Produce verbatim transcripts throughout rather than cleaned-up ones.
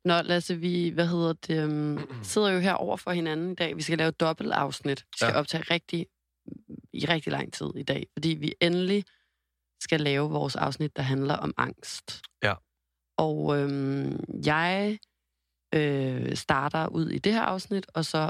Nå, Lasse, vi, hvad hedder det, um, sidder jo her over for hinanden i dag. Vi skal lave et dobbeltafsnit. Vi skal ja. optage rigtig, i rigtig lang tid i dag, fordi vi endelig skal lave vores afsnit, der handler om angst. Ja. Og øhm, jeg øh, starter ud i det her afsnit, og så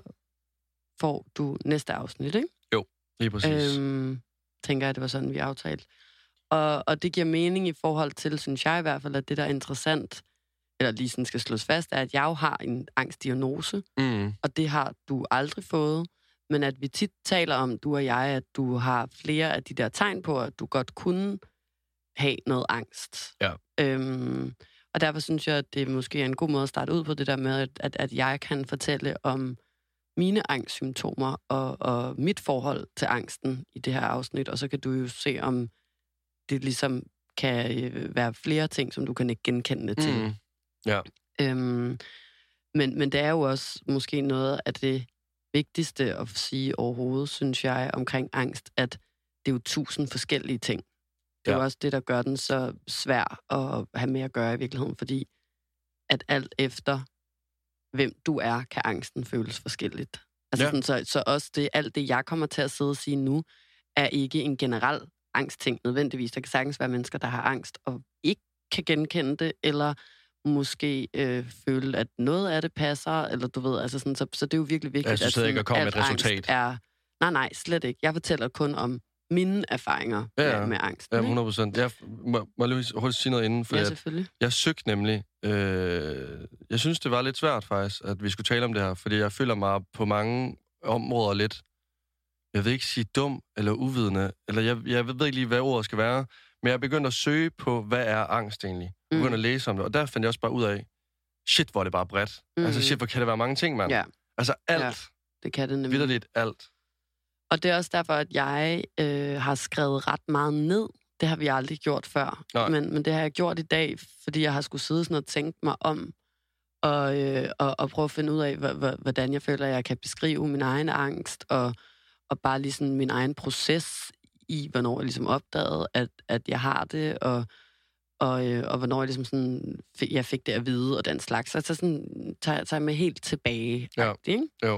får du næste afsnit, ikke? Jo, lige præcis. Øhm, tænker jeg, det var sådan, vi aftalte. Og, og det giver mening i forhold til, synes jeg i hvert fald, at det, der er interessant, eller lige sådan skal slås fast, er, at jeg jo har en angstdiagnose, Mm. og det har du aldrig fået, men at vi tit taler om, du og jeg, at du har flere af de der tegn på, at du godt kunne have noget angst. Ja. Øhm, og derfor synes jeg, at det måske er en god måde at starte ud på det der med, at, at, at jeg kan fortælle om mine angstsymptomer og, og mit forhold til angsten i det her afsnit, og så kan du jo se, om det ligesom kan øh, være flere ting, som du kan ikke genkende til. Mm. Ja. Øhm, men, men det er jo også måske noget af det vigtigste at sige overhovedet, synes jeg, omkring angst, at det er jo tusind forskellige ting. Det er ja. jo også det, der gør den så svær at have med at gøre i virkeligheden, fordi at alt efter, hvem du er, kan angsten føles forskelligt. Altså ja. sådan, så, så også det, alt det, jeg kommer til at sidde og sige nu, er ikke en generel angstting nødvendigvis. Der kan sagtens være mennesker, der har angst og ikke kan genkende det, eller måske øh, føle, at noget af det passer, eller du ved, altså sådan, så, så det er jo virkelig vigtigt, jeg synes, at, sådan, ikke at komme at med et resultat. Er... Nej, nej, slet ikke. Jeg fortæller kun om mine erfaringer ja, ja. med, med angst. Ja, hundrede procent. Jeg må, må lige hurtigt sige noget inden, for ja, selvfølgelig. Jeg, jeg søgte nemlig, øh, jeg synes, det var lidt svært faktisk, at vi skulle tale om det her, fordi jeg føler mig på mange områder lidt, jeg vil ikke sige dum eller uvidende, eller jeg, jeg ved ikke lige, hvad ordet skal være, men jeg begyndte at søge på, hvad er angst egentlig? Jeg begyndte mm. at læse om det, og der fandt jeg også bare ud af, shit, hvor er det bare bredt. Mm. Altså shit, hvor kan det være mange ting, mand? Ja. Altså alt. Ja, det kan det nemlig. Vitterligt alt. Og det er også derfor, at jeg øh, har skrevet ret meget ned. Det har vi aldrig gjort før. Men, men det har jeg gjort i dag, fordi jeg har skulle sidde sådan og tænke mig om, og, øh, og, og prøve at finde ud af, h- hvordan jeg føler, at jeg kan beskrive min egen angst, og, og bare lige sådan min egen proces i, hvornår jeg ligesom opdagede, at, at jeg har det, og, og, øh, og hvornår jeg ligesom sådan, jeg fik det at vide, og den slags. Så altså sådan, tager, tager jeg mig helt tilbage. Ja, ikke? jo.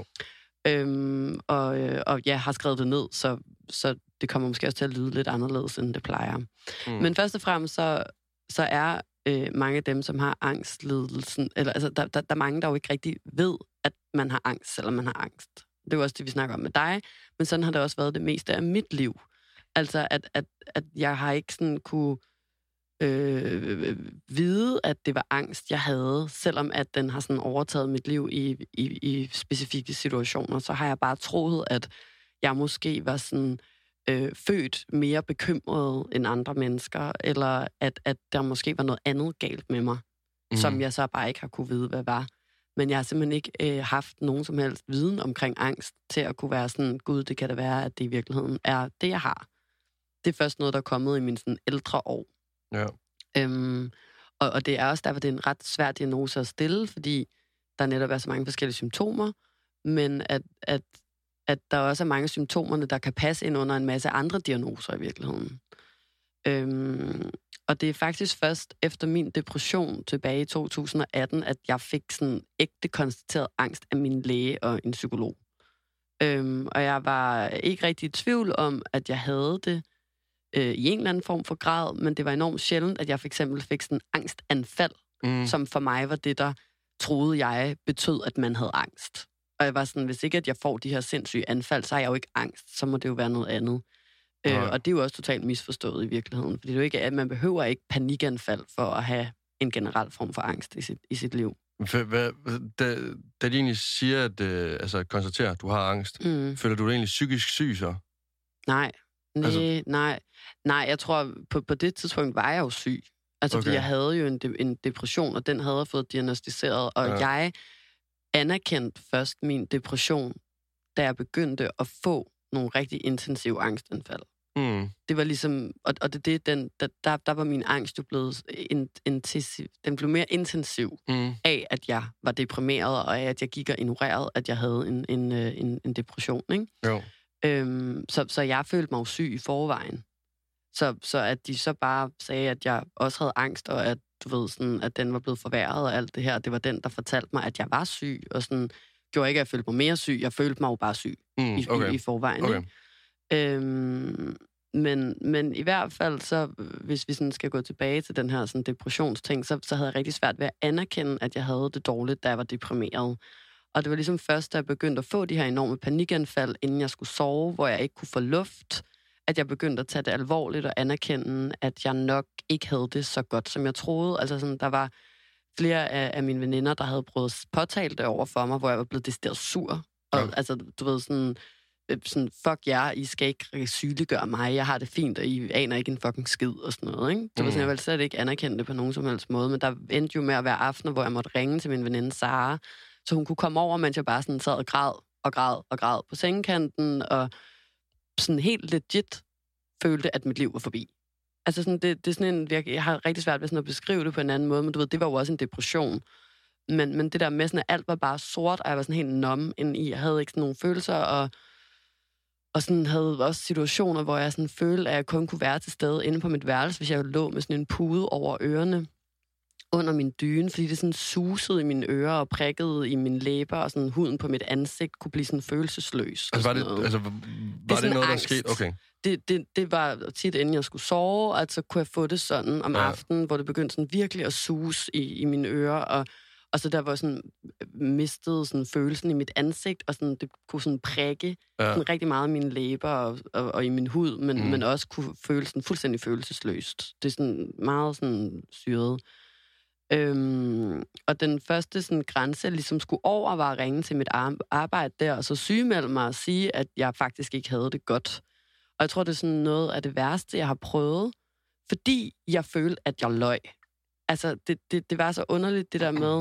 Øhm, og, øh, og jeg har skrevet det ned, så, så det kommer måske også til at lyde lidt anderledes, end det plejer. Mm. Men først og fremmest, så, så er øh, mange af dem, som har angstlidelsen, eller altså, der, der, der er mange, der jo ikke rigtig ved, at man har angst, selvom man har angst. Det er jo også det, vi snakker om med dig, men sådan har det også været det meste af mit liv. Altså, at, at, at jeg har ikke sådan kunne øh, vide, at det var angst, jeg havde, selvom at den har sådan overtaget mit liv i, i, i specifikke situationer, så har jeg bare troet, at jeg måske var sådan øh, født mere bekymret end andre mennesker, eller at, at der måske var noget andet galt med mig, mm. som jeg så bare ikke har kunne vide, hvad var. Men jeg har simpelthen ikke øh, haft nogen som helst viden omkring angst til at kunne være sådan, gud, det kan da være, at det i virkeligheden er det, jeg har. Det er først noget, der er kommet i mine sådan ældre år. Ja. Øhm, og, og det er også derfor, det er en ret svær diagnose at stille, fordi der netop er så mange forskellige symptomer, men at, at, at der også er mange symptomerne, der kan passe ind under en masse andre diagnoser i virkeligheden. Øhm, og det er faktisk først efter min depression tilbage i to tusind og atten, at jeg fik sådan ægte konstateret angst af min læge og en psykolog. Øhm, og jeg var ikke rigtig i tvivl om, at jeg havde det øh, i en eller anden form for grad, men det var enormt sjældent, at jeg for eksempel fik sådan angstanfald, mm. som for mig var det, der troede jeg betød, at man havde angst. Og jeg var sådan, hvis ikke at jeg får de her sindssyge anfald, så har jeg jo ikke angst, så må det jo være noget andet. Øh, og det er jo også totalt misforstået i virkeligheden, fordi det er jo ikke, at man behøver ikke panikanfald for at have en generel form for angst i sit, i sit liv. Hvad, da, da de egentlig siger, at øh, altså, konstaterer, at du har angst, mm. føler du dig egentlig psykisk syg så? Nej, nej, altså... nej. Nej, jeg tror, på, på det tidspunkt var jeg jo syg. Altså, okay. Fordi jeg havde jo en, de, en depression, og den havde jeg fået diagnostiseret, og ja. jeg anerkendte først min depression, da jeg begyndte at få nogle rigtig intensive angstanfald. Mm. Det var ligesom, og, og det, det, den, der, der var min angst jo blevet in, intensiv, den blev mere intensiv mm. af, at jeg var deprimeret, og af, at jeg gik og ignorerede, at jeg havde en, en, en, en depression, ikke? Jo. Øhm, så, så jeg følte mig syg i forvejen. Så, så at de så bare sagde, at jeg også havde angst, og at du ved, sådan, at den var blevet forværret og alt det her. Det var den, der fortalte mig, at jeg var syg, og sådan, gjorde ikke, at jeg følte mig mere syg. Jeg følte mig jo bare syg mm, okay. i, i forvejen. Okay. Øhm, men, men i hvert fald, så hvis vi sådan skal gå tilbage til den her sådan, depressionsting, så, så havde jeg rigtig svært ved at anerkende, at jeg havde det dårligt, da jeg var deprimeret. Og det var ligesom først, da jeg begyndte at få de her enorme panikanfald, inden jeg skulle sove, hvor jeg ikke kunne få luft, at jeg begyndte at tage det alvorligt og anerkende, at jeg nok ikke havde det så godt, som jeg troede. Altså sådan, der var flere af, af mine veninder, der havde prøvet at påtale det over for mig, hvor jeg var blevet decideret sur. Og ja. altså, du ved, sådan, sådan, fuck jer, I skal ikke sygeliggøre mig, jeg har det fint, og I aner ikke en fucking skid, og sådan noget, ikke? Det var sådan, jeg ville slet ikke anerkende det på nogen som helst måde, men der endte jo med at være aftener, hvor jeg måtte ringe til min veninde Sara, så hun kunne komme over, mens jeg bare sådan sad og græd, og græd, og græd på sengekanten, og sådan helt legit følte, at mit liv var forbi. Altså sådan, det, det er sådan en, jeg, jeg har rigtig svært ved sådan at beskrive det på en anden måde, men du ved, det var jo også en depression. Men, men det der med sådan, at alt var bare sort, og jeg var sådan helt numb indeni. Jeg havde ikke sådan nogle følelser, og, og sådan havde også situationer, hvor jeg sådan følte, at jeg kun kunne være til stede inde på mit værelse, hvis jeg lå med sådan en pude over ørerne under min dyne, fordi det sådan susede i mine ører og prikkede i mine læber, og sådan huden på mit ansigt kunne blive sådan følelsesløs. Altså var det, altså, var det, det noget, angst. Der skete? Okay. Det, det, det var tit, inden jeg skulle sove, at så kunne jeg få det sådan om ja. aftenen, hvor det begyndte sådan virkelig at suse i, i mine ører, og, og så der var sådan mistede sådan følelsen i mit ansigt, og sådan, det kunne sådan prikke ja. sådan rigtig meget i mine læber og, og, og i min hud, men, mm. men også kunne føle sådan fuldstændig følelsesløst. Det er sådan meget sådan syret. Øhm, og den første sådan, grænse, jeg ligesom skulle over, var at ringe til mit arbejde der, og så sygemelde mig og sige, at jeg faktisk ikke havde det godt. Og jeg tror, det er sådan noget af det værste, jeg har prøvet, fordi jeg følte, at jeg løg. Altså, det, det, det var så underligt, det der med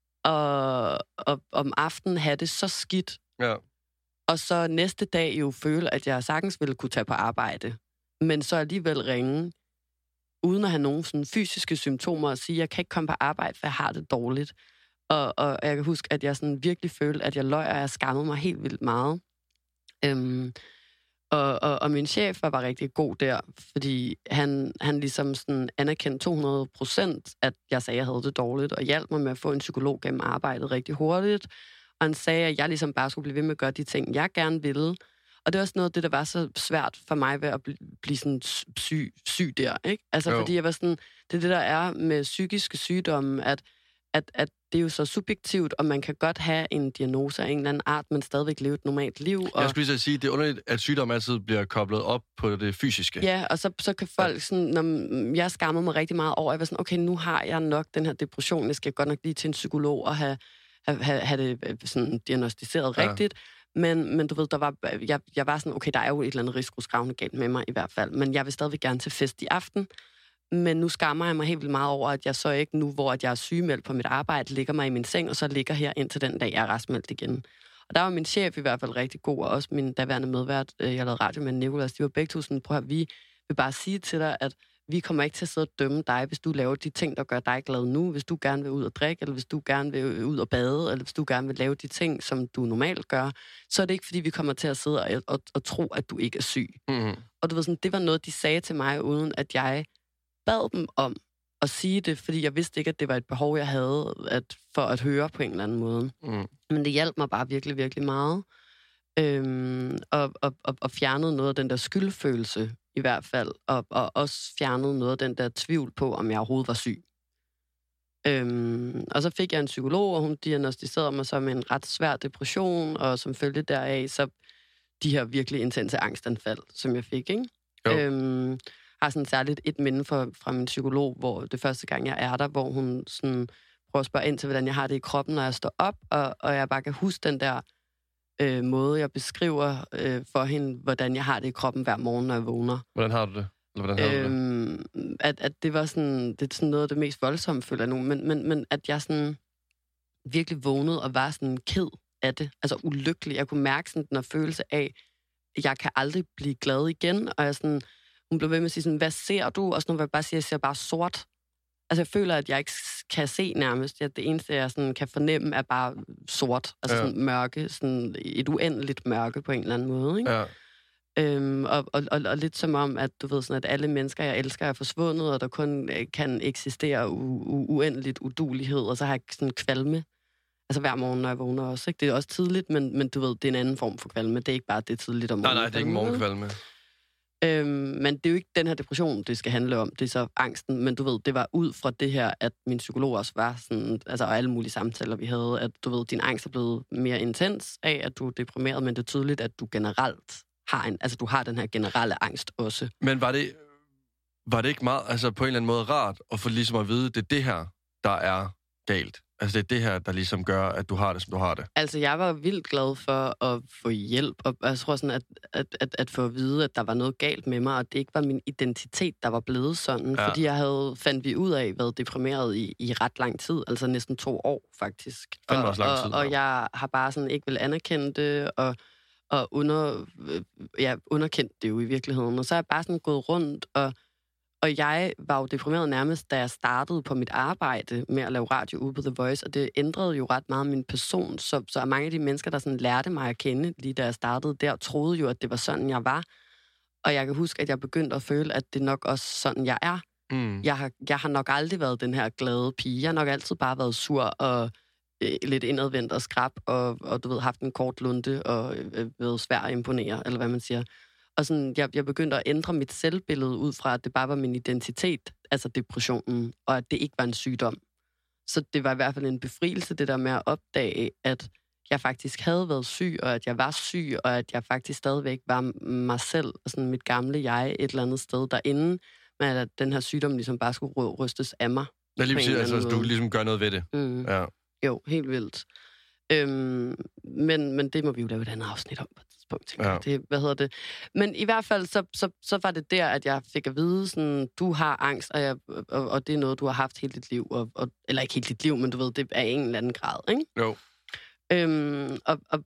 at, at om aftenen have det så skidt, ja. og så næste dag jo føle, at jeg sagtens ville kunne tage på arbejde, men så alligevel ringe, uden at have nogen sådan fysiske symptomer, og sige, at jeg kan ikke komme på arbejde, for jeg har det dårligt. Og, og jeg kan huske, at jeg sådan virkelig følte, at jeg løg, og jeg skammede mig helt vildt meget. Øhm, og, og, og min chef var bare rigtig god der, fordi han, han ligesom sådan anerkendte to hundrede procent, at jeg sagde, at jeg havde det dårligt, og hjalp mig med at få en psykolog gennem arbejdet rigtig hurtigt. Og han sagde, at jeg ligesom bare skulle blive ved med at gøre de ting, jeg gerne ville. Og det var også noget af det, der var så svært for mig ved at blive sådan syg, syg der, ikke? Altså, jo. Fordi jeg var sådan, det er det, der er med psykiske sygdomme, at, at, at det er jo så subjektivt, og man kan godt have en diagnose af en eller anden art, men stadigvæk leve et normalt liv. Og jeg skulle lige sige, det er underligt, at sygdom altid bliver koblet op på det fysiske. Ja, og så, så kan folk sådan, når jeg skammede mig rigtig meget over, jeg var sådan, okay, nu har jeg nok den her depression, jeg skal godt nok lige til en psykolog og have, have, have det sådan diagnostiseret ja. rigtigt. Men, men du ved, der var, jeg, jeg var sådan, okay, der er jo et eller andet risikoskrivende galt med mig i hvert fald, men jeg vil stadigvæk gerne til fest i aften. Men nu skammer jeg mig helt vildt meget over, at jeg så ikke nu, hvor jeg er sygemeldt på mit arbejde, ligger mig i min seng, og så ligger her indtil den dag, jeg er raskmeldt igen. Og der var min chef i hvert fald rigtig god, og også min daværende medvært, jeg lavede radio med Nicolas, de var begge to sådan, prøv at vi vil bare sige til dig, at vi kommer ikke til at sidde og dømme dig, hvis du laver de ting, der gør dig glad nu, hvis du gerne vil ud og drikke, eller hvis du gerne vil ud og bade, eller hvis du gerne vil lave de ting, som du normalt gør, så er det ikke, fordi vi kommer til at sidde og, og, og tro, at du ikke er syg. Mm-hmm. Og du ved sådan, det var noget, de sagde til mig, uden at jeg bad dem om at sige det, fordi jeg vidste ikke, at det var et behov, jeg havde at, for at høre på en eller anden måde. Mm. Men det hjalp mig bare virkelig, virkelig meget. Øhm, og, og, og, og fjernede noget af den der skyldfølelse, i hvert fald, og, og også fjernede noget af den der tvivl på, om jeg overhovedet var syg. Øhm, og så fik jeg en psykolog, og hun diagnosticerede mig så med en ret svær depression, og som følge deraf, så de her virkelig intense angstanfald, som jeg fik, ikke? Øhm, har sådan særligt et minde fra, fra min psykolog, hvor det første gang, jeg er der, hvor hun sådan prøver at spørge ind til, hvordan jeg har det i kroppen, når jeg står op, og, og jeg bare kan huske den der øh, måde, jeg beskriver øh, for hende, hvordan jeg har det i kroppen hver morgen, når jeg vågner. Hvordan har du det? Eller hvordan har øhm, du det? At, at det var sådan, det er sådan noget af det mest voldsomme, føler jeg nu, men, men, men at jeg sådan virkelig vågnede og var sådan ked af det, altså ulykkelig. Jeg kunne mærke sådan den her følelse af, at jeg kan aldrig blive glad igen, og jeg sådan, hun blev ved med at sige sådan, hvad ser du? Og sådan noget, hvor jeg bare siger, jeg ser bare sort. Altså, jeg føler, at jeg ikke kan se nærmest. Det eneste, jeg sådan kan fornemme, er bare sort. Altså ja. Sådan mørke, sådan et uendeligt mørke på en eller anden måde, ikke? Ja. Øhm, og, og, og, og lidt som om, at du ved sådan, at alle mennesker, jeg elsker, er forsvundet, og der kun øh, kan eksistere u- u- uendeligt udulighed, og så har jeg sådan kvalme. Altså hver morgen, når jeg vågner også. Ikke? Det er også tidligt, men, men du ved, det er en anden form for kvalme. Det er ikke bare, det er tidligt om morgenen. Nej, nej, det er ikke morgenkvalme. Øhm, men det er jo ikke den her depression, det skal handle om. Det er så angsten. Men du ved, det var ud fra det her, at min psykolog også var sådan, altså og alle mulige samtaler, vi havde, at du ved, din angst er blevet mere intens af, at du er deprimeret, men det er tydeligt, at du generelt har en, altså du har den her generelle angst også. Men var det, var det ikke meget, altså på en eller anden måde rart, at få ligesom at vide, det er det her, der er galt? Altså det er det her, der ligesom gør, at du har det, som du har det? Altså jeg var vildt glad for at få hjælp, og jeg tror sådan, at, at, at, at få at vide, at der var noget galt med mig, og det ikke var min identitet, der var blevet sådan. Ja. Fordi jeg havde, fandt vi ud af, været deprimeret i, i ret lang tid, altså næsten to år faktisk. Og, også lang tid, og, og jeg har bare sådan ikke vil anerkende det, og, og under, ja, underkendt det jo i virkeligheden. Og så er jeg bare sådan gået rundt, og Og jeg var jo deprimeret nærmest, da jeg startede på mit arbejde med at lave radio ude på The Voice, og det ændrede jo ret meget min person. Så, så mange af de mennesker, der sådan lærte mig at kende, lige da jeg startede der, troede jo, at det var sådan, jeg var. Og jeg kan huske, at jeg begyndte at føle, at det nok også sådan, jeg er. Mm. Jeg, har, jeg har nok aldrig været den her glade pige. Jeg har nok altid bare været sur og øh, lidt indadvendt og skrab, og, og du ved, haft en kort lunte og øh, været svær at imponere, eller hvad man siger. Og sådan, jeg, jeg begyndte at ændre mit selvbillede ud fra, at det bare var min identitet, altså depressionen, og at det ikke var en sygdom. Så det var i hvert fald en befrielse, det der med at opdage, at jeg faktisk havde været syg, og at jeg var syg, og at jeg faktisk stadigvæk var mig selv, og sådan mit gamle jeg et eller andet sted derinde, men at den her sygdom ligesom bare skulle rystes af mig. Ja, lige præcis, altså du ligesom gør noget ved det. Mm. Ja. Jo, helt vildt. Øhm, men, men det må vi jo lave et andet afsnit om på et tidspunkt. Ja. Det, hvad hedder det? Men i hvert fald, så, så, så var det der, at jeg fik at vide, sådan, du har angst, og, jeg, og, og det er noget, du har haft hele dit liv. Og, og, eller ikke hele dit liv, men du ved, det er i en eller anden grad, ikke? Jo. Øhm, og, og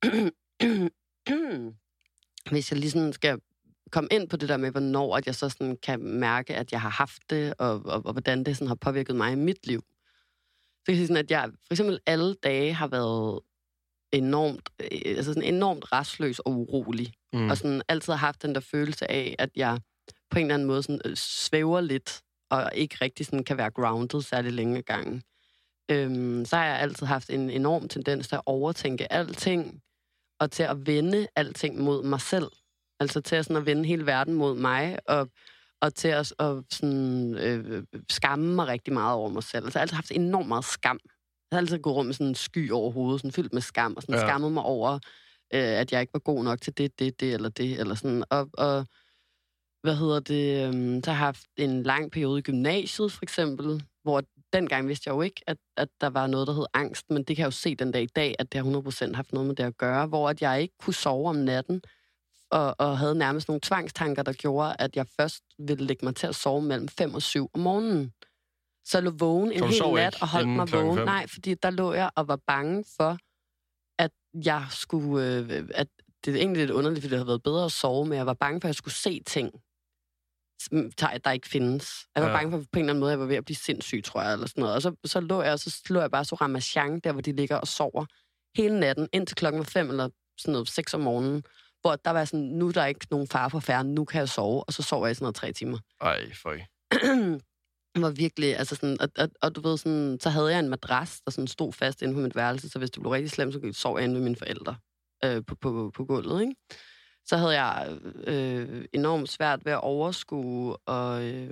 hvis jeg lige sådan skal komme ind på det der med, hvornår at jeg så sådan kan mærke, at jeg har haft det, og, og, og hvordan det sådan har påvirket mig i mit liv. Så kan jeg sige sådan, at jeg for eksempel alle dage har været enormt, altså sådan enormt rastløs og urolig. Mm. Og sådan altid har haft den der følelse af, at jeg på en eller anden måde sådan, øh, svæver lidt, og ikke rigtig sådan kan være grounded særlig længe ad gangen. Øhm, så har jeg altid haft en enorm tendens til at overtænke alting, og til at vende alting mod mig selv. Altså til at, sådan at vende hele verden mod mig, og og til at og sådan, øh, skamme mig rigtig meget over mig selv. Altså jeg har altid haft enormt meget skam. Jeg har altid gået rundt med sådan en sky over hovedet, sådan fyldt med skam, og sådan ja. skammet mig over, øh, at jeg ikke var god nok til det, det, det eller det, eller sådan. Og, og hvad hedder det, øh, så har jeg haft en lang periode i gymnasiet, for eksempel, hvor dengang vidste jeg jo ikke, at, at der var noget, der hed angst, men det kan jeg jo se den dag i dag, at det har hundrede procent haft noget med det at gøre, hvor at jeg ikke kunne sove om natten, Og, og havde nærmest nogle tvangstanker, der gjorde, at jeg først ville lægge mig til at sove mellem fem og syv om morgenen. Så jeg lå vågen en hel nat og holdt mig vågen. fem. Nej, fordi der lå jeg og var bange for, at jeg skulle... Øh, at det er egentlig lidt underligt, fordi det havde været bedre at sove, men jeg var bange for, at jeg skulle se ting, der ikke findes. Jeg var ja. bange for, på en eller anden måde, at jeg var ved at blive sindssyg, tror jeg, eller sådan noget. Og så, så lå jeg, og så lå jeg bare så ramachan, der hvor de ligger og sover hele natten, indtil klokken var fem eller sådan noget, seks om morgenen. Hvor der var sådan, nu er der ikke nogen fare for færre, nu kan jeg sove, og så sover jeg i sådan noget tre timer. Ej, føj. Det var virkelig, altså sådan, og, og, og du ved sådan, så havde jeg en madras, der sådan stod fast inde på mit værelse, så hvis det blev rigtig slemt, så sov jeg inde med mine forældre øh, på, på, på gulvet, ikke? Så havde jeg øh, enormt svært ved at overskue, og øh,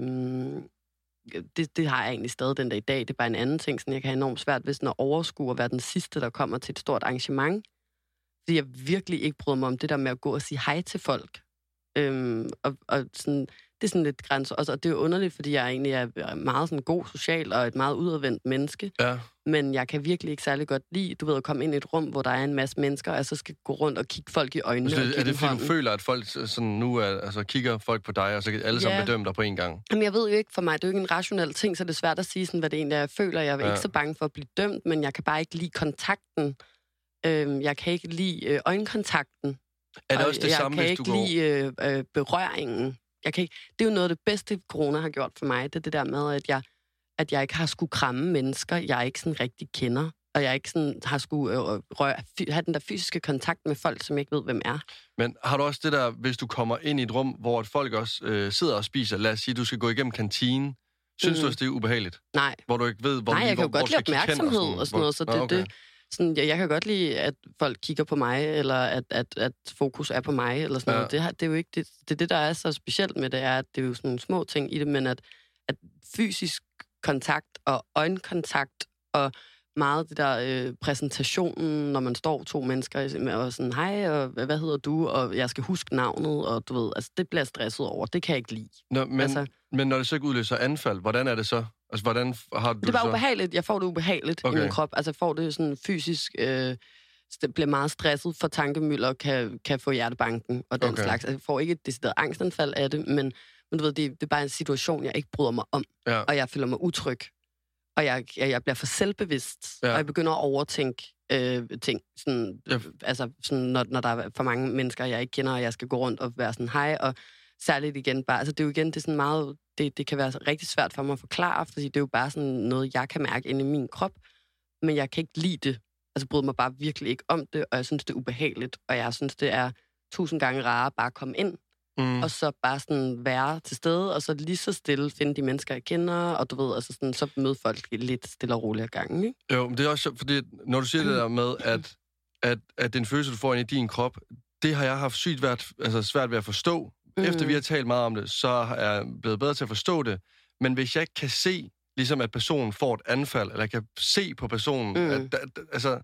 det, det har jeg egentlig stadig den dag i dag, det er bare en anden ting, sådan jeg kan have enormt svært ved sådan at overskue og være den sidste, der kommer til et stort arrangement. Fordi jeg virkelig ikke bryder mig om det der med at gå og sige hej til folk. Øhm, og, og sådan, det er sådan lidt grænser. Og det er jo underligt, fordi jeg egentlig er meget sådan god social og et meget udadvendt menneske. Ja. Men jeg kan virkelig ikke særlig godt lide, du ved, at komme ind i et rum, hvor der er en masse mennesker, og jeg så skal gå rundt og kigge folk i øjnene. Det, og er det fordi, du føler, at folk sådan nu er, altså, kigger folk på dig, og så kan alle sammen ja. bedømme dig på en gang? Jamen, jeg ved jo ikke, for mig det er jo ikke en rationel ting, så det er svært at sige, sådan, hvad det egentlig er, jeg føler. Jeg er ja. ikke så bange for at blive dømt, men jeg kan bare ikke lide kontakten. Øhm, jeg kan ikke lide øh, øjenkontakten. Er det også det jeg samme, hvis du går... Jeg kan ikke lide øh, øh, berøringen. Jeg kan ikke... Det er jo noget af det bedste, corona har gjort for mig. Det er det der med, at jeg, at jeg ikke har skulle kramme mennesker, jeg ikke sådan rigtig kender. og jeg ikke sådan har skulle øh, røre, have den der fysiske kontakt med folk, som jeg ikke ved, hvem er. Men har du også det der, hvis du kommer ind i et rum, hvor et folk også øh, sidder og spiser, lad os sige, du skal gå igennem kantinen, synes mm. du også, det er ubehageligt? Nej. Hvor du ikke ved, hvor Nej, jeg kan hvor, jo godt lide opmærksomhed og sådan, og sådan noget, så det, okay. det sådan, jeg, jeg kan godt lide, at folk kigger på mig, eller at, at, at fokus er på mig, eller sådan ja. noget. Det, har, det er jo ikke det, det, det, der er så specielt med det, er, at det er jo sådan nogle små ting i det, men at, at fysisk kontakt og øjenkontakt og meget det der øh, præsentationen, når man står to mennesker og sådan, hej, og hvad hedder du, og jeg skal huske navnet, og du ved, altså det bliver jeg stresset over, det kan jeg ikke lide. Nå, men, altså, men når det så ikke udløser anfald, hvordan er det så? Altså, hvordan har du det er bare så... ubehageligt, jeg får det ubehageligt okay. i min krop, altså jeg får det sådan fysisk, øh, det bliver meget stresset, for tankemylder kan, kan få hjertebanken og den okay. slags. Altså, jeg får ikke et decideret angstanfald af det, men, men du ved, det, det er bare en situation, jeg ikke bryder mig om, ja. og jeg føler mig utryg. Og jeg, jeg, jeg bliver for selvbevidst, ja. og jeg begynder at overtænke øh, ting. Sådan, ja. Altså, sådan, når, når der er for mange mennesker, jeg ikke kender, og jeg skal gå rundt og være sådan, hej, og særligt igen bare, altså det er jo igen, det er sådan meget, det, det kan være rigtig svært for mig at forklare, fordi det er jo bare sådan noget, jeg kan mærke inde i min krop, men jeg kan ikke lide det. Altså, jeg bryder mig bare virkelig ikke om det, og jeg synes, det er ubehageligt, og jeg synes, det er tusind gange rarere bare at komme ind, Mm. og så bare sådan være til stede, og så lige så stille finde de mennesker, jeg kender, og du ved, altså sådan, så møde folk lidt stille og roligt ad gangen, ikke? Jo, men det er også, fordi når du siger det der med, at, at, at den følelse, du får ind i din krop, det har jeg haft sygt været, altså svært ved at forstå. Mm. Efter vi har talt meget om det, så er jeg blevet bedre til at forstå det. Men hvis jeg ikke kan se, ligesom at personen får et anfald, eller jeg kan se på personen, mm. at, at, altså...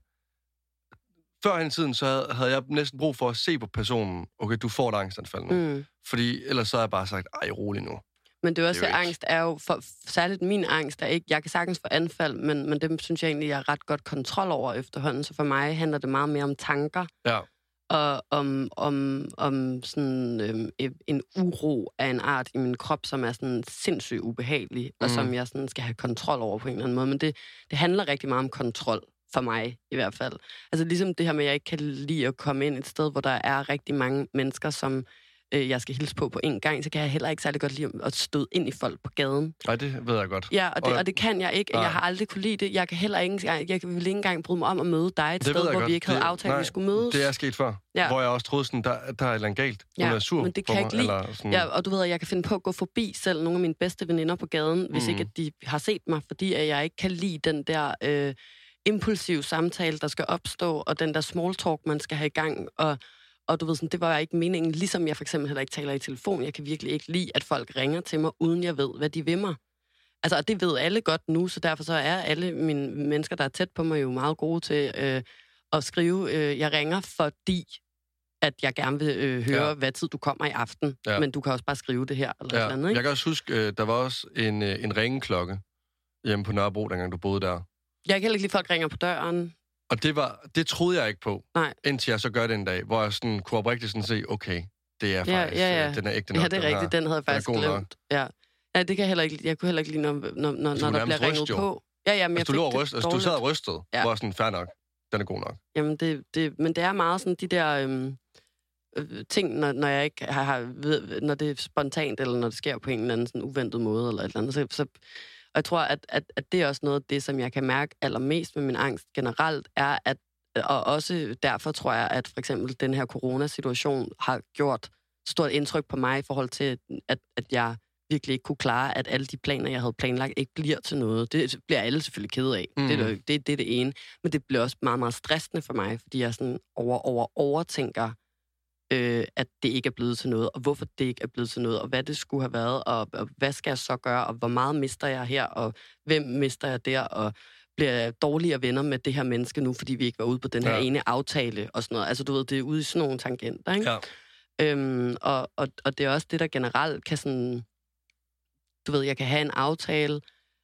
Før i tiden, så havde jeg næsten brug for at se på personen, okay, du får et angstanfald nu. Mm. Fordi ellers så har jeg bare sagt, ej, rolig nu. Men det er også, det er at angst er jo, for, særligt min angst er ikke, jeg kan sagtens få anfald, men, men det synes jeg egentlig, jeg har ret godt kontrol over efterhånden. Så for mig handler det meget mere om tanker, ja. og om, om, om sådan øhm, en uro af en art i min krop, som er sådan sindssygt ubehagelig, mm. og som jeg sådan skal have kontrol over på en eller anden måde. Men det, det handler rigtig meget om kontrol. For mig, i hvert fald. Altså ligesom det her med, at jeg ikke kan lide at komme ind et sted, hvor der er rigtig mange mennesker, som øh, jeg skal hilse på på en gang, så kan jeg heller ikke særlig godt lide at støde ind i folk på gaden. Nej, det ved jeg godt. Ja, og det, og, og det kan jeg ikke. Nej. Jeg har aldrig kunne lide det. Jeg kan heller ikke, jeg, jeg vil ikke engang bryde mig om at møde dig et det sted, hvor godt. vi ikke havde det, aftalt, at vi skulle mødes. Det er sket før, ja. hvor jeg også troede, sådan, der, der er et eller andet galt. Hun ja, er sur men det kan jeg ikke lide. Eller sådan... Ja, og du ved, at jeg kan finde på at gå forbi selv nogle af mine bedste veninder på gaden, hvis mm. ikke at de har set mig, fordi at jeg ikke kan lide den der... Øh, impulsiv samtale, der skal opstå, og den der small talk, man skal have i gang, og, og du ved sådan, det var ikke meningen, ligesom jeg for eksempel heller ikke taler i telefon. Jeg kan virkelig ikke lide, at folk ringer til mig, uden jeg ved, hvad de vil mig. Altså, og det ved alle godt nu, så derfor så er alle mine mennesker, der er tæt på mig, jo meget gode til øh, at skrive, øh, jeg ringer, fordi at jeg gerne vil øh, høre, ja. hvad tid du kommer i aften, ja. men du kan også bare skrive det her, eller ja. et eller andet, ikke? Jeg kan også huske, øh, der var også en, øh, en ringeklokke hjemme på Nørrebro, dengang du boede der. Jeg kan heller ikke lide, folk ringer på døren. Og det var det troede jeg ikke på, Nej. indtil jeg så gør det en dag, hvor jeg sådan kunne oprigtigt sådan se, okay, det er faktisk, ja, ja, ja. den er ægte nok. Ja, det er rigtigt, den, den havde jeg faktisk glemt. Ja. ja, det kan jeg heller ikke Jeg kunne heller ikke lide, når, når, når, når der bliver ringet på. Ja, ja, men altså, jeg du, ryst, altså, du sad og rystede, ja. hvor sådan, fair nok, den er god nok. Jamen, det, det, men det er meget sådan de der øhm, øh, ting, når, når jeg ikke har, har ved, når det er spontant, eller når det sker på en eller anden sådan uventet måde, eller et eller andet, så, så og jeg tror, at, at, at det er også noget af det, som jeg kan mærke allermest med min angst generelt, er, at, og også derfor tror jeg, at for eksempel den her coronasituation har gjort stort indtryk på mig i forhold til, at, at jeg virkelig ikke kunne klare, at alle de planer, jeg havde planlagt, ikke bliver til noget. Det bliver alle selvfølgelig ked af. Mm. Det, er det, det, det er det ene. Men det bliver også meget, meget stressende for mig, fordi jeg sådan over, over, overtænker, øh, at det ikke er blevet til noget, og hvorfor det ikke er blevet til noget, og hvad det skulle have været, og, og hvad skal jeg så gøre, og hvor meget mister jeg her, og hvem mister jeg der, og bliver jeg dårligere venner med det her menneske nu, fordi vi ikke var ude på den her ja. ene aftale, og sådan noget. Altså, du ved, det er ude i sådan nogle tangenter, ikke? Ja. Øhm, og, og, og det er også det, der generelt kan sådan... Du ved, jeg kan have en aftale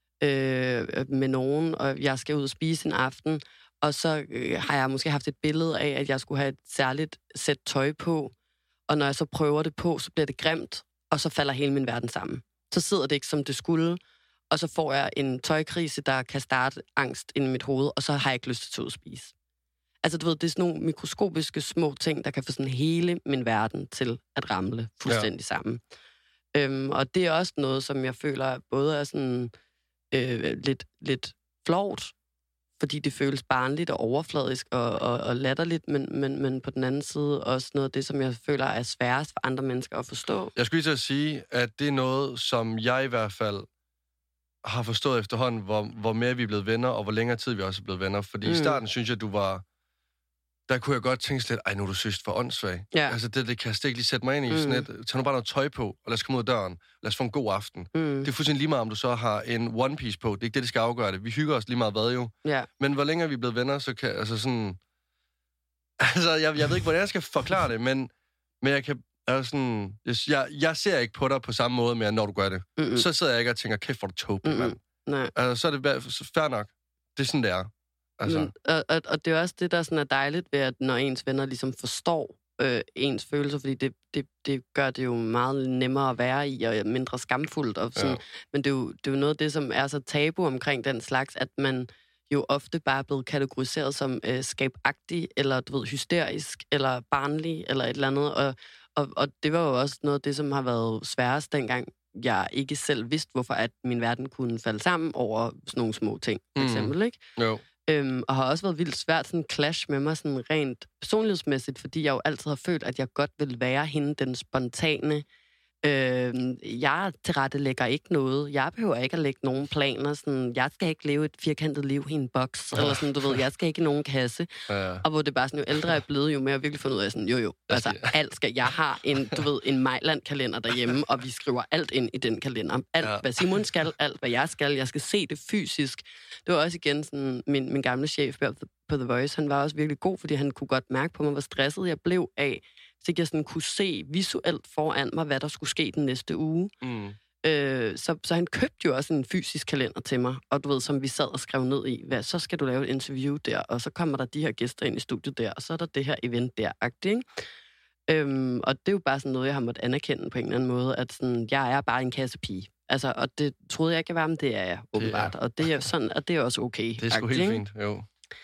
øh, med nogen, og jeg skal ud og spise en aften, og så øh, har jeg måske haft et billede af, at jeg skulle have et særligt sæt tøj på, og når jeg så prøver det på, så bliver det grimt, og så falder hele min verden sammen. Så sidder det ikke, som det skulle, og så får jeg en tøjkrise, der kan starte angst ind i mit hoved, og så har jeg ikke lyst til at spise. Altså, du ved, det er sådan nogle mikroskopiske små ting, der kan få sådan hele min verden til at ramle fuldstændig ja. sammen. Øhm, og det er også noget, som jeg føler både er sådan øh, lidt, lidt flovt, fordi det føles barnligt og overfladisk og, og, og latterligt, men, men, men på den anden side også noget af det, som jeg føler er sværest for andre mennesker at forstå. Jeg skulle lige til at sige, at det er noget, som jeg i hvert fald har forstået efterhånden, hvor, hvor mere vi er blevet venner, og hvor længere tid vi også er blevet venner. Fordi mm. i starten synes jeg, du var... Der kunne jeg godt tænke lidt, ej, nu er du søst for åndssvag. Ja. Altså, det, det kan jeg slet ikke lige sætte mig ind i. Mm. Sådan et, tag nu bare noget tøj på, og lad os komme ud af døren. Lad os få en god aften. Mm. Det er fuldstændig lige meget, om du så har en one piece på. Det er ikke det, det skal afgøre det. Vi hygger os lige meget hvad jo. Ja. Men hvor længere vi er blevet venner, så kan... Altså sådan... Altså, jeg, jeg ved ikke, hvordan jeg skal forklare det, men, men jeg kan... Altså sådan, jeg, jeg ser ikke på dig på samme måde mere, når du gør det. Mm-mm. Så sidder jeg ikke og tænker, kæft, hvor du tåbelig, mand. Nej. Altså, så er det fair nok. Det er sådan, det er. Altså. Men, og, og, og det er også det, der sådan er dejligt ved, at når ens venner ligesom forstår øh, ens følelser, fordi det, det, det gør det jo meget nemmere at være i, og mindre skamfuldt. Og sådan. Ja. Men det er, jo, det er jo noget af det, som er så tabu omkring den slags, at man jo ofte bare er blevet kategoriseret som øh, skabagtig, eller du ved, hysterisk, eller barnlig, eller et eller andet. Og, og, og det var jo også noget af det, som har været sværest dengang, jeg ikke selv vidste, hvorfor at min verden kunne falde sammen over sådan nogle små ting, for mm. eksempel, ikke? Jo. Øhm, og har også været vildt svært sådan en clash med mig sådan rent personlighedsmæssigt, fordi jeg jo altid har følt, at jeg godt vil være hende, den spontane. Øhm, jeg tilrettelægger ikke noget. Jeg behøver ikke at lægge nogen planer. Sådan, jeg skal ikke leve et firkantet liv i en boks, ja. Eller sådan, du ved, jeg skal ikke i nogen kasse. Ja. Og hvor det bare sådan, jo ældre jeg er blevet, jo mere jeg virkelig fundet ud af sådan, jo jo, altså alt skal, jeg har en, du ved, en Mejland-kalender derhjemme, og vi skriver alt ind i den kalender. Alt, ja. Hvad Simon skal, alt, hvad jeg skal. Jeg skal se det fysisk. Det var også igen sådan, min, min gamle chef på The Voice, han var også virkelig god, fordi han kunne godt mærke på mig, hvor stresset jeg blev af, så jeg sådan kunne se visuelt foran mig, hvad der skulle ske den næste uge. Mm. Øh, så, så han købte jo også en fysisk kalender til mig, og du ved, som vi sad og skrev ned i, hvad, så skal du lave et interview der, og så kommer der de her gæster ind i studiet der, og så er der det her event der-agtigt, ikke? Øhm, og det er jo bare sådan noget, jeg har måttet anerkende på en eller anden måde, at sådan, jeg er bare en kassepige. Altså, og det troede jeg ikke, jeg var, men det er jeg åbenbart. Det er. Og det er sådan, og det er også okay. Det er sgu helt fint, jo.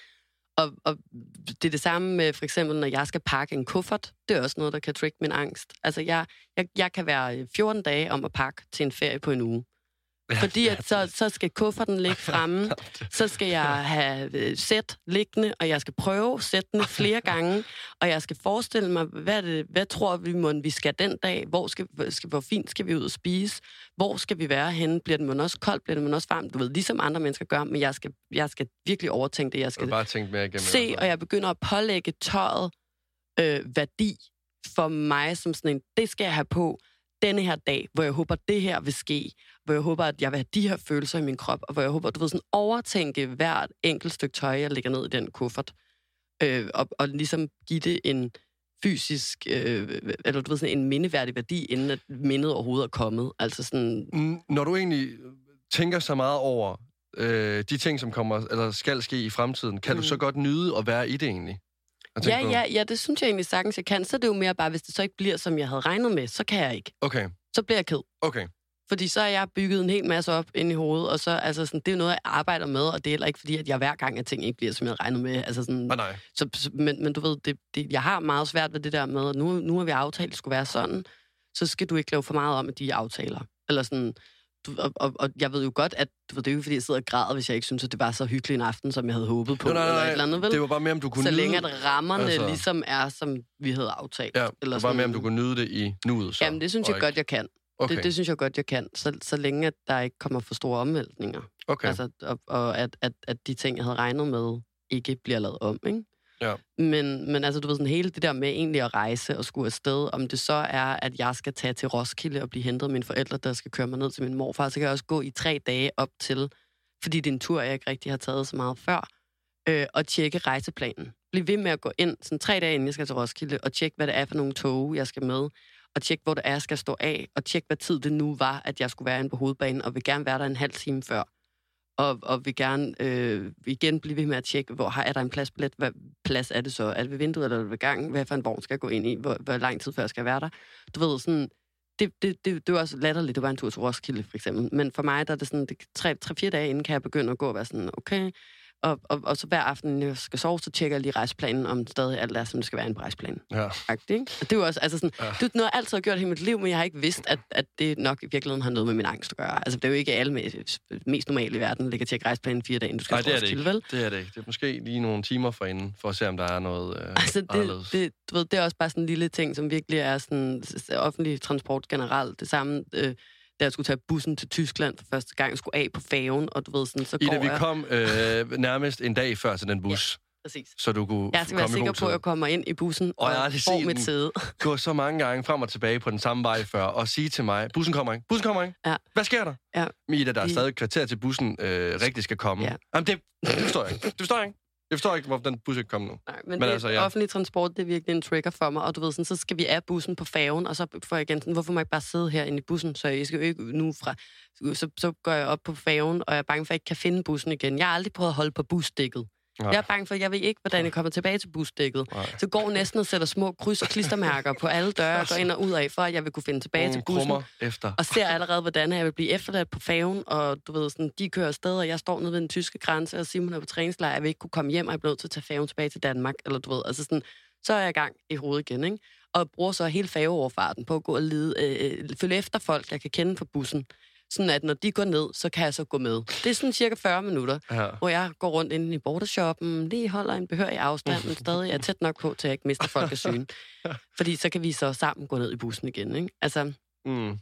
Og, og det er det samme med, for eksempel, når jeg skal pakke en kuffert. Det er også noget, der kan trigge min angst. Altså, jeg, jeg, jeg kan være fjorten dage om at pakke til en ferie på en uge. Fordi at så, så skal kufferten ligge fremme, så skal jeg have sæt liggende, og jeg skal prøve sættene flere gange, og jeg skal forestille mig, hvad, det, hvad tror vi, må, vi skal den dag, hvor, skal, skal, hvor fint skal vi ud og spise, hvor skal vi være henne, bliver det måske også koldt, bliver det også varmt, du ved, ligesom andre mennesker gør, men jeg skal, jeg skal virkelig overtænke det, jeg skal bare tænke mere igennem, se, og jeg begynder at pålægge tøjet øh, værdi for mig som sådan en, det skal jeg have på, denne her dag, hvor jeg håber, det her vil ske, hvor jeg håber, at jeg vil have de her følelser i min krop, og hvor jeg håber, at du ved, sådan overtænke hvert enkelt stykke tøj, jeg lægger ned i den kuffert, øh, og, og ligesom give det en fysisk, øh, eller du ved, sådan en mindeværdig værdi, inden at mindet overhovedet er kommet. Altså sådan... Når du egentlig tænker så meget over øh, de ting, som kommer, eller skal ske i fremtiden, kan mm. du så godt nyde at være i det egentlig? Ja, ja, ja, det synes jeg egentlig sagtens, jeg kan. Så er det jo mere bare, hvis det så ikke bliver, som jeg havde regnet med, så kan jeg ikke. Okay. Så bliver jeg ked. Okay. Fordi så har jeg bygget en hel masse op ind i hovedet, og så, altså sådan, det er jo noget, jeg arbejder med, og det er heller ikke fordi, at jeg hver gang, at ting ikke bliver, som jeg havde regnet med. Altså sådan, ah, nej. Så, så, men, men du ved, det, det, jeg har meget svært ved det der med, at nu, nu har vi aftalt, at det skulle være sådan, så skal du ikke lave for meget om, at de aftaler. Eller sådan... Du, og, og, og jeg ved jo godt, at det er jo fordi, jeg sidder og græder, hvis jeg ikke synes, at det var så hyggelig en aften, som jeg havde håbet på. Nej, nej, nej. Eller et eller andet, vel? Det var bare mere, om du kunne så nyde... længe at rammerne altså... ligesom er, som vi havde aftalt. Ja, eller det var bare mere, om du kunne nyde det i nuet. Så. Jamen, det synes jeg ikke... godt, jeg kan. Okay. Det, det synes jeg godt, jeg kan. Så, så længe, at der ikke kommer for store omvæltninger. Okay. Altså, og, og at, at, at de ting, jeg havde regnet med, ikke bliver lavet om, ikke? Ja. Men, men altså, du ved, sådan hele det der med egentlig at rejse og skulle afsted, om det så er, at jeg skal tage til Roskilde og blive hentet af mine forældre, der skal køre mig ned til min morfar, så kan jeg også gå i tre dage op til, fordi det er en tur, jeg ikke rigtig har taget så meget før, øh, og tjekke rejseplanen. Bliv ved med at gå ind sådan tre dage, inden jeg skal til Roskilde, og tjekke, hvad det er for nogle tog, jeg skal med, og tjekke, hvor det er, jeg skal stå af, og tjekke, hvad tid det nu var, at jeg skulle være inde på hovedbanen, og vil gerne være der en halv time før. Og, og vil gerne øh, igen blive ved med at tjekke, hvor har, er der en pladsbillet? Hvad plads er det så? Er det ved vinduet, eller er det ved gangen? Hvad for en vogn skal jeg gå ind i? Hvor, hvor lang tid før skal jeg være der? Du ved, sådan... Det, det, det, det var også latterligt. Det var en tur til Roskilde, for eksempel. Men for mig, der er det sådan... tre-fire dage inden, kan jeg begynde at gå og være sådan, okay... og, og, og så hver aften, når jeg skal sove, så tjekker jeg lige rejseplanen, om stadig alt er, som det skal være en rejseplan. Ja. Ikke? Og det er jo også, altså sådan, ja. Det er noget, jeg altid har gjort i mit liv, men jeg har ikke vidst, at, at det nok i virkeligheden har noget med min angst at gøre. Altså, det er jo ikke alle med, mest normale i verden, der ligger til at rejseplanen fire dage, du skal Nej, det er det til, ikke. vel? Det er det ikke. Det er måske lige nogle timer forinden, for at se, om der er noget øh, altså, det, anderledes. Det, du ved, det er også bare sådan en lille ting, som virkelig er sådan offentlig transport generelt. Det samme, øh, da jeg skulle tage bussen til Tyskland for første gang, jeg skulle af på færgen, og du ved sådan, så går Ida, vi jeg... kom øh, nærmest en dag før til den bus. Ja. Præcis. Så du kunne jeg skal være sikker på, at jeg kommer ind i bussen og, og får mit sæde. Gå så mange gange frem og tilbage på den samme vej før, og sige til mig, bussen kommer ikke, bussen kommer ikke. Ja. Hvad sker der? Ja. Mida, der er stadig et kvarter til bussen øh, rigtig skal komme. Ja. Jamen, det, det forstår jeg ikke. Det forstår jeg ikke. Jeg forstår ikke, hvorfor den bus ikke kommer nu. Nej, men, men det altså, ja. Offentlig transport, det er virkelig en trigger for mig, og du ved, sådan, så skal vi af bussen på færgen, og så får jeg igen sådan, hvorfor må jeg ikke bare sidde her inde i bussen, så jeg skal jo ikke nu fra... Så, så går jeg op på færgen, og jeg er bange for, at jeg ikke kan finde bussen igen. Jeg har aldrig prøvet at holde på busdækket. Nej. Jeg er bange for, at jeg ved ikke, hvordan jeg kommer tilbage til busdækket. Nej. Så går næsten og sætter små kryds- og klistermærker på alle døre, og går ind og ud af, for at jeg vil kunne finde tilbage mm, til bussen. Efter. Og ser allerede, hvordan jeg vil blive efterladt på færgen, og du ved, sådan, de kører afsted, og jeg står nede ved den tyske grænse, og Simon er på træningslejr, jeg vil ikke kunne komme hjem, og jeg bliver nødt til at tage færgen tilbage til Danmark, eller du ved, altså sådan, så er jeg i gang i hovedet igen, ikke? Og bruger så hele færgeoverfarten på at gå og lede, øh, følge efter folk, jeg kan kende på bussen. Sådan at når de går ned, så kan jeg så gå med. Det er sådan cirka fyrre minutter, ja. Hvor jeg går rundt inde i bordershoppen, lige holder en behørig afstand, men stadig er tæt nok på, til jeg ikke mister folk af syne. Fordi så kan vi så sammen gå ned i bussen igen, ikke? Altså... Mm.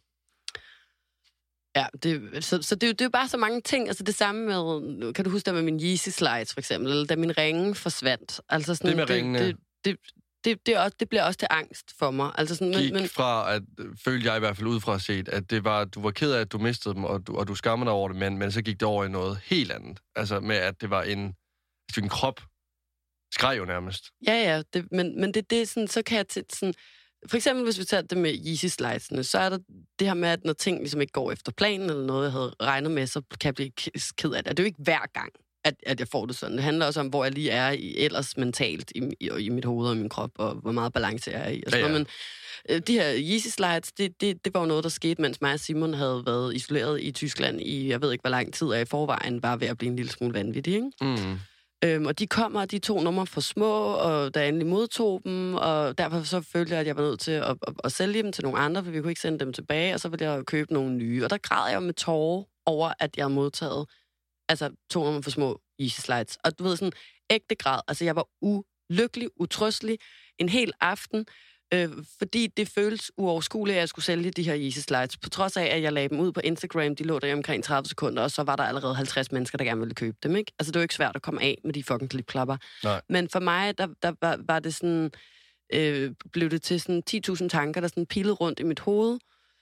Ja, det, så, så det, det er jo bare så mange ting. Altså det samme med... Kan du huske der med min Yeezy slides, for eksempel? Eller da min ringe forsvandt. Altså sådan, det med ringene... Det, det, Det, det, også, det bliver også til angst for mig. Altså sådan, Gik men, men... fra, at følte jeg i hvert fald udefra set, at det var, du var ked af, at du mistede dem, og du, og du skammer dig over det, men, men så gik det over i noget helt andet. Altså med, at det var en, en krop skreg jo nærmest. Ja, ja, det, men, men det, det er sådan, så kan jeg til sådan... For eksempel, hvis vi tager det med Yeezy slidesene, så er der det her med, at når ting ligesom ikke går efter planen, eller noget, jeg havde regnet med, så kan jeg blive ked af det. Og det er jo ikke hver gang, at, at jeg får det sådan. Det handler også om, hvor jeg lige er i, ellers mentalt i, i, i mit hoved og i min krop, og hvor meget balance jeg er i. Og så, ja, ja. Men øh, de her Yeezy slides, det, det, det var jo noget, der skete, mens mig og Simon havde været isoleret i Tyskland i, jeg ved ikke, hvor lang tid, og i forvejen var ved at blive en lille smule vanvittig, ikke? Mm. Øhm, og de kommer, de to numre for små, og der endelig modtog dem, og derfor så følte jeg, at jeg var nødt til at, at, at sælge dem til nogle andre, for vi kunne ikke sende dem tilbage, og så ville jeg købe nogle nye. Og der græd jeg med tårer over, at jeg havde modtaget altså to numre for små Yeezy slides. Og du ved, sådan ægte græd. Altså, jeg var ulykkelig, utrøstelig en hel aften, øh, fordi det føltes uoverskueligt, at jeg skulle sælge de her Yeezy slides. På trods af, at jeg lagde dem ud på Instagram, de lå der i omkring tredive sekunder, og så var der allerede halvtreds mennesker, der gerne ville købe dem, ikke? Altså, det var ikke svært at komme af med de fucking klipklapper. Nej. Men for mig, der, der var, var det sådan, øh, blev det til sådan ti tusind tanker, der sådan pilede rundt i mit hoved.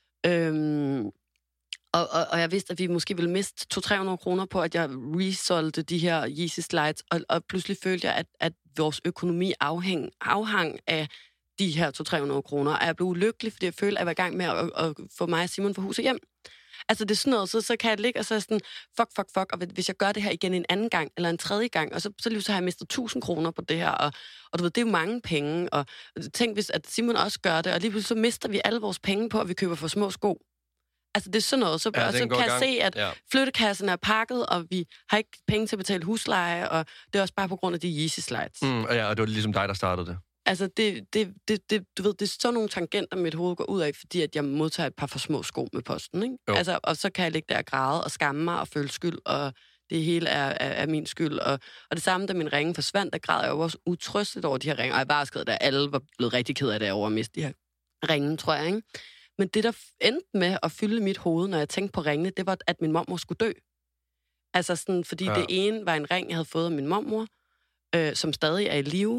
Øhm, Og, og, og jeg vidste, at vi måske ville miste to til tre hundrede kroner på, at jeg resolgte de her Yeezy slides, og, og pludselig følte jeg, at, at vores økonomi afhæng, afhang af de her to til tre hundrede kroner. Og jeg blev ulykkelig, fordi jeg følte, at jeg var i gang med at, at få mig og Simon fra huset hjem. Altså det er sådan noget, så, så kan jeg ligge og så sådan, fuck, fuck, fuck, og hvis jeg gør det her igen en anden gang, eller en tredje gang, og så, så lige så har jeg mistet tusind kroner på det her, og, og du ved, det er jo mange penge, og tænk hvis, at Simon også gør det, og lige pludselig så mister vi alle vores penge på, at vi køber for små sko. Altså, det er sådan noget. Så, ja, og så kan jeg se, at ja. Flyttekassen er pakket, og vi har ikke penge til at betale husleje, og det er også bare på grund af de Yeezy slides. Mm, ja, og det var ligesom dig, der startede det. Altså, det, det, det, det, du ved, det er sådan nogle tangenter, mit hoved går ud af, fordi at jeg modtager et par for små sko med posten, ikke? Altså, og så kan jeg ligge der og græde og skamme mig og føle skyld, og det hele er, er, er min skyld. Og, og det samme, da min ringe forsvandt, der græd jeg jo også utrøsteligt over de her ringe, og jeg var skrevet, at alle var blevet rigtig ked af det over at miste de her ringe, tror jeg, ikke? Men det, der endte med at fylde mit hoved, når jeg tænkte på ringene, det var, at min mormor skulle dø. Altså sådan, fordi ja. Det ene var en ring, jeg havde fået af min mormor, øh, som stadig er i live.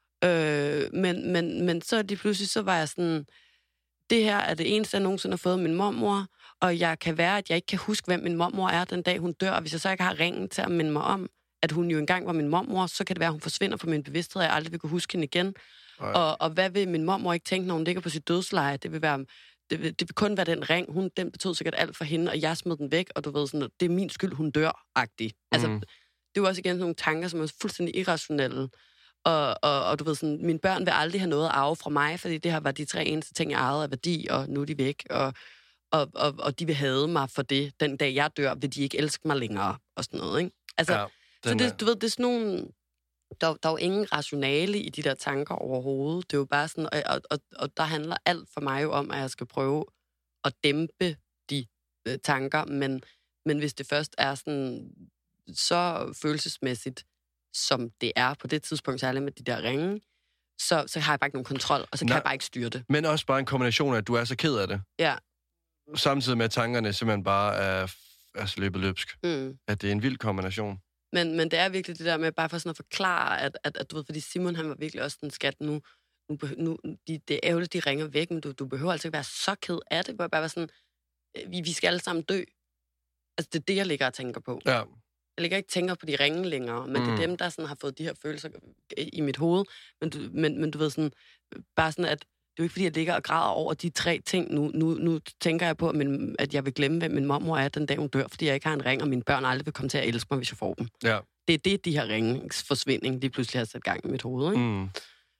Øh, men, men, men så lige pludselig, så var jeg sådan, det her er det eneste, jeg nogensinde har fået af min mormor, og jeg kan være, at jeg ikke kan huske, hvem min mormor er den dag, hun dør. Og hvis jeg så ikke har ringen til at minde mig om, at hun jo engang var min mormor, så kan det være, at hun forsvinder fra min bevidsthed, og jeg aldrig vil kunne huske hende igen. Og, og hvad vil min mormor ikke tænke, når hun ligger på sit dødsleje? Det vil være... Det vil, det vil kun være den ring. Hun, den betød sikkert alt for hende, og jeg smed den væk, og du ved sådan, det er min skyld, hun dør-agtig. Altså, mm. det er jo også igen nogle tanker, som er fuldstændig irrationelle. Og, og, og du ved sådan, mine børn vil aldrig have noget at arve fra mig, fordi det her var de tre eneste ting, jeg ejede af værdi, og nu er de væk. Og, og, og, og de vil hade mig for det. Den dag jeg dør, vil de ikke elske mig længere, og sådan noget, ikke? Altså, ja. Så det, du ved, det er sådan nogle... Der, der er jo ingen rationale i de der tanker overhovedet. Det er jo bare sådan... Og, og, og der handler alt for mig jo om, at jeg skal prøve at dæmpe de øh, tanker, men, men hvis det først er sådan så følelsesmæssigt, som det er på det tidspunkt, særligt med de der ringe, så, så har jeg bare ikke nogen kontrol, og så kan Nej, jeg bare ikke styre det. Men også bare en kombination af, at du er så ked af det. Ja. Samtidig med, at tankerne simpelthen bare er, er så løbet løbsk. Mm. At det er en vild kombination. Men, men det er virkelig det der med, bare for sådan at forklare, at, at, at du ved, fordi Simon, han var virkelig også den skat, nu, nu, nu de, det er ærgerligt, de ringer væk, men du, du behøver altså ikke være så ked af det, bare være sådan, vi, vi skal alle sammen dø. Altså, det er det, jeg ligger og tænker på. Ja. Jeg ligger ikke og tænker på de ringe længere, men mm. det er dem, der sådan har fået de her følelser i mit hoved. Men du, men, men du ved sådan, bare sådan, at det er jo ikke, fordi jeg ligger og græder over de tre ting. Nu, nu, nu tænker jeg på, at, min, at jeg vil glemme, hvem min mormor er den dag, hun dør, fordi jeg ikke har en ring, og mine børn aldrig vil komme til at elske mig, hvis jeg får dem. Ja. Det er det, de her ringes forsvinding lige pludselig har sat gang i mit hoved. Ikke? Mm.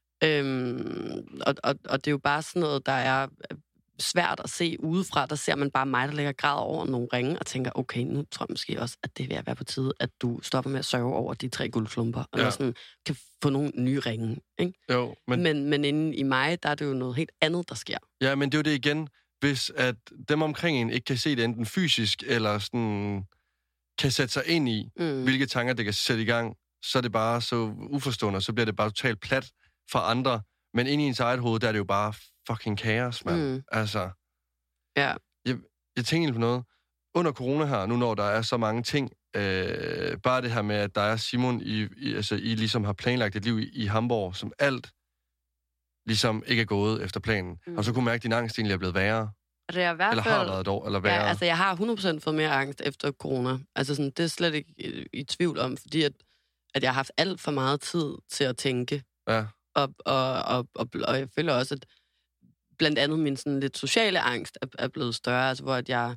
Øhm, og, og, og det er jo bare sådan noget, der er svært at se udefra. Der ser man bare mig, der ligger og græder over nogle ringe, og tænker, okay, nu tror jeg måske også, at det er ved at være på tide, at du stopper med at sørge over de tre guldklumper, og ja. sådan kan få nogle nye ringe. Ikke? Jo, men... Men, men inde i mig, der er det jo noget helt andet, der sker. Ja, men det er jo det igen. Hvis at dem omkring en ikke kan se det enten fysisk, eller sådan kan sætte sig ind i, mm. hvilke tanker det kan sætte i gang, så er det bare så uforstående, og så bliver det bare totalt plat for andre. Men inde i ens eget hoved, der er det jo bare fucking kaos, mand. Mm. Altså, ja. jeg, jeg tænker egentlig på noget. Under corona her, nu når der er så mange ting, øh, bare det her med, at der er Simon, I, I, altså, I ligesom har planlagt et liv i, i Hamburg, som alt ligesom ikke er gået efter planen. Mm. Og så kunne mærke, at din angst egentlig er blevet værre. Det er i hvert eller har været dog, eller værre. Ja, altså jeg har hundrede procent fået mere angst efter corona. Altså sådan, det er slet ikke i, i tvivl om, fordi at, at jeg har haft alt for meget tid til at tænke. Ja. Og, og, og, og, og jeg føler også, at blandt andet min sådan lidt sociale angst er, er blevet større, altså hvor at jeg,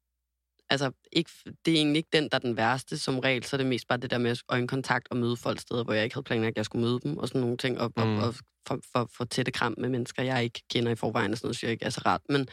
altså ikke, det er egentlig ikke den, der er den værste som regel, så er det mest bare det der med øjenkontakt og møde folk steder, hvor jeg ikke havde planlagt, at jeg skulle møde dem, og sådan nogle ting, og, mm. og, og for, for, for tætte kram med mennesker, jeg ikke kender i forvejen, og sådan noget, så jeg ikke er så rart, men,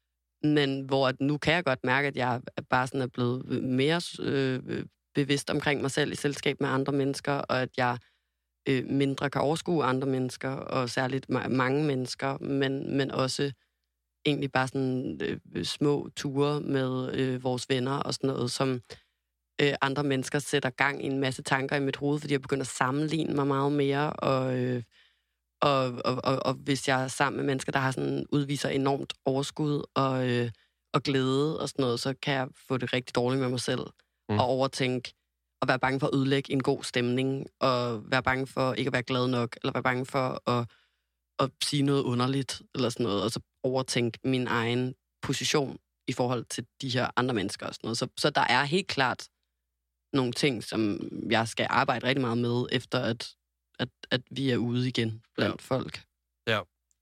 men hvor at nu kan jeg godt mærke, at jeg bare sådan er blevet mere øh, bevidst omkring mig selv i selskab med andre mennesker, og at jeg øh, mindre kan overskue andre mennesker, og særligt ma- mange mennesker, men, men også egentlig bare sådan øh, små ture med øh, vores venner og sådan noget, som øh, andre mennesker sætter gang i en masse tanker i mit hoved, fordi jeg begynder at sammenligne mig meget mere, og, øh, og, og, og, og hvis jeg er sammen med mennesker, der har sådan, udviser enormt overskud og, øh, og glæde og sådan noget, så kan jeg få det rigtig dårligt med mig selv, mm. og overtænke, og være bange for at ødelægge en god stemning, og være bange for ikke at være glad nok, eller være bange for at, at sige noget underligt, eller sådan noget, og så overtænke min egen position i forhold til de her andre mennesker og sådan noget. Så, så der er helt klart nogle ting, som jeg skal arbejde rigtig meget med, efter at, at, at vi er ude igen blandt ja. folk. Ja.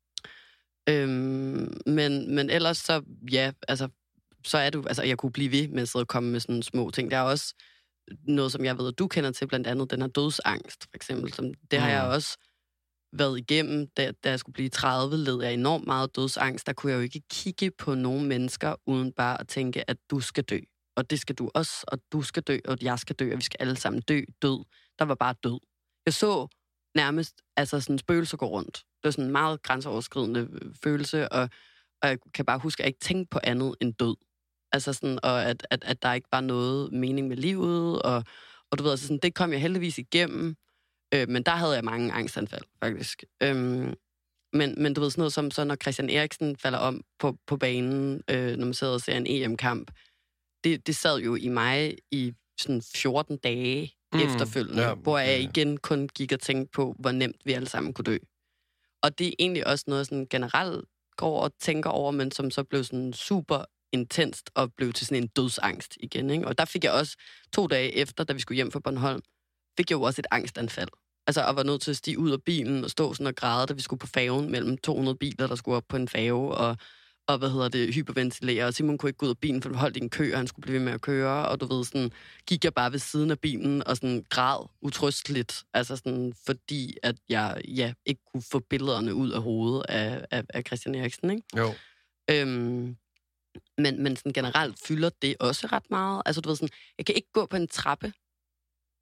Øhm, men, men ellers så, ja, altså, så er du, altså, jeg kunne blive ved med at sidde og komme med sådan små ting. Der er også noget, som jeg ved, at du kender til, blandt andet den her dødsangst, for eksempel. Som, det mm. har jeg også været igennem, da, da jeg skulle blive tredive, led jeg enormt meget dødsangst. Der kunne jeg jo ikke kigge på nogle mennesker, uden bare at tænke, at du skal dø. Og det skal du også, og du skal dø, og jeg skal dø, og vi skal alle sammen dø. Død. Der var bare død. Jeg så nærmest altså sådan spøgelser gå rundt. Det var sådan en meget grænseoverskridende følelse, og, og jeg kan bare huske, at jeg ikke tænkte på andet end død. Altså sådan, og at, at, at der ikke var noget mening med livet, og, og du ved, altså sådan, det kom jeg heldigvis igennem, øh, men der havde jeg mange angstanfald, faktisk. Øhm, men, men du ved, sådan noget som, så når Christian Eriksen falder om på, på banen, øh, når man sidder og ser en E M-kamp, det, det sad jo i mig i sådan fjorten dage mm, efterfølgende, ja, hvor jeg igen kun gik og tænkte på, hvor nemt vi alle sammen kunne dø. Og det er egentlig også noget, sådan generelt går og tænker over, men som så blev sådan super intenst og blev til sådan en dødsangst igen, ikke? Og der fik jeg også to dage efter, da vi skulle hjem fra Bornholm, fik jeg jo også et angstanfald. Altså, jeg var nødt til at stige ud af bilen og stå sådan og græde, da vi skulle på færgen mellem to hundrede biler, der skulle op på en færge, og, og hvad hedder det, hyperventilere, og Simon kunne ikke gå ud af bilen, for vi holdt i en kø, og han skulle blive ved med at køre, og du ved, sådan, gik jeg bare ved siden af bilen og sådan græd utrøsteligt, altså sådan, fordi at jeg, ja, ikke kunne få billederne ud af hovedet af, af, af Christian Eriksen, ikke? Jo. Øhm, Men, men sådan generelt fylder det også ret meget. Altså, du ved sådan, jeg kan ikke gå på en trappe,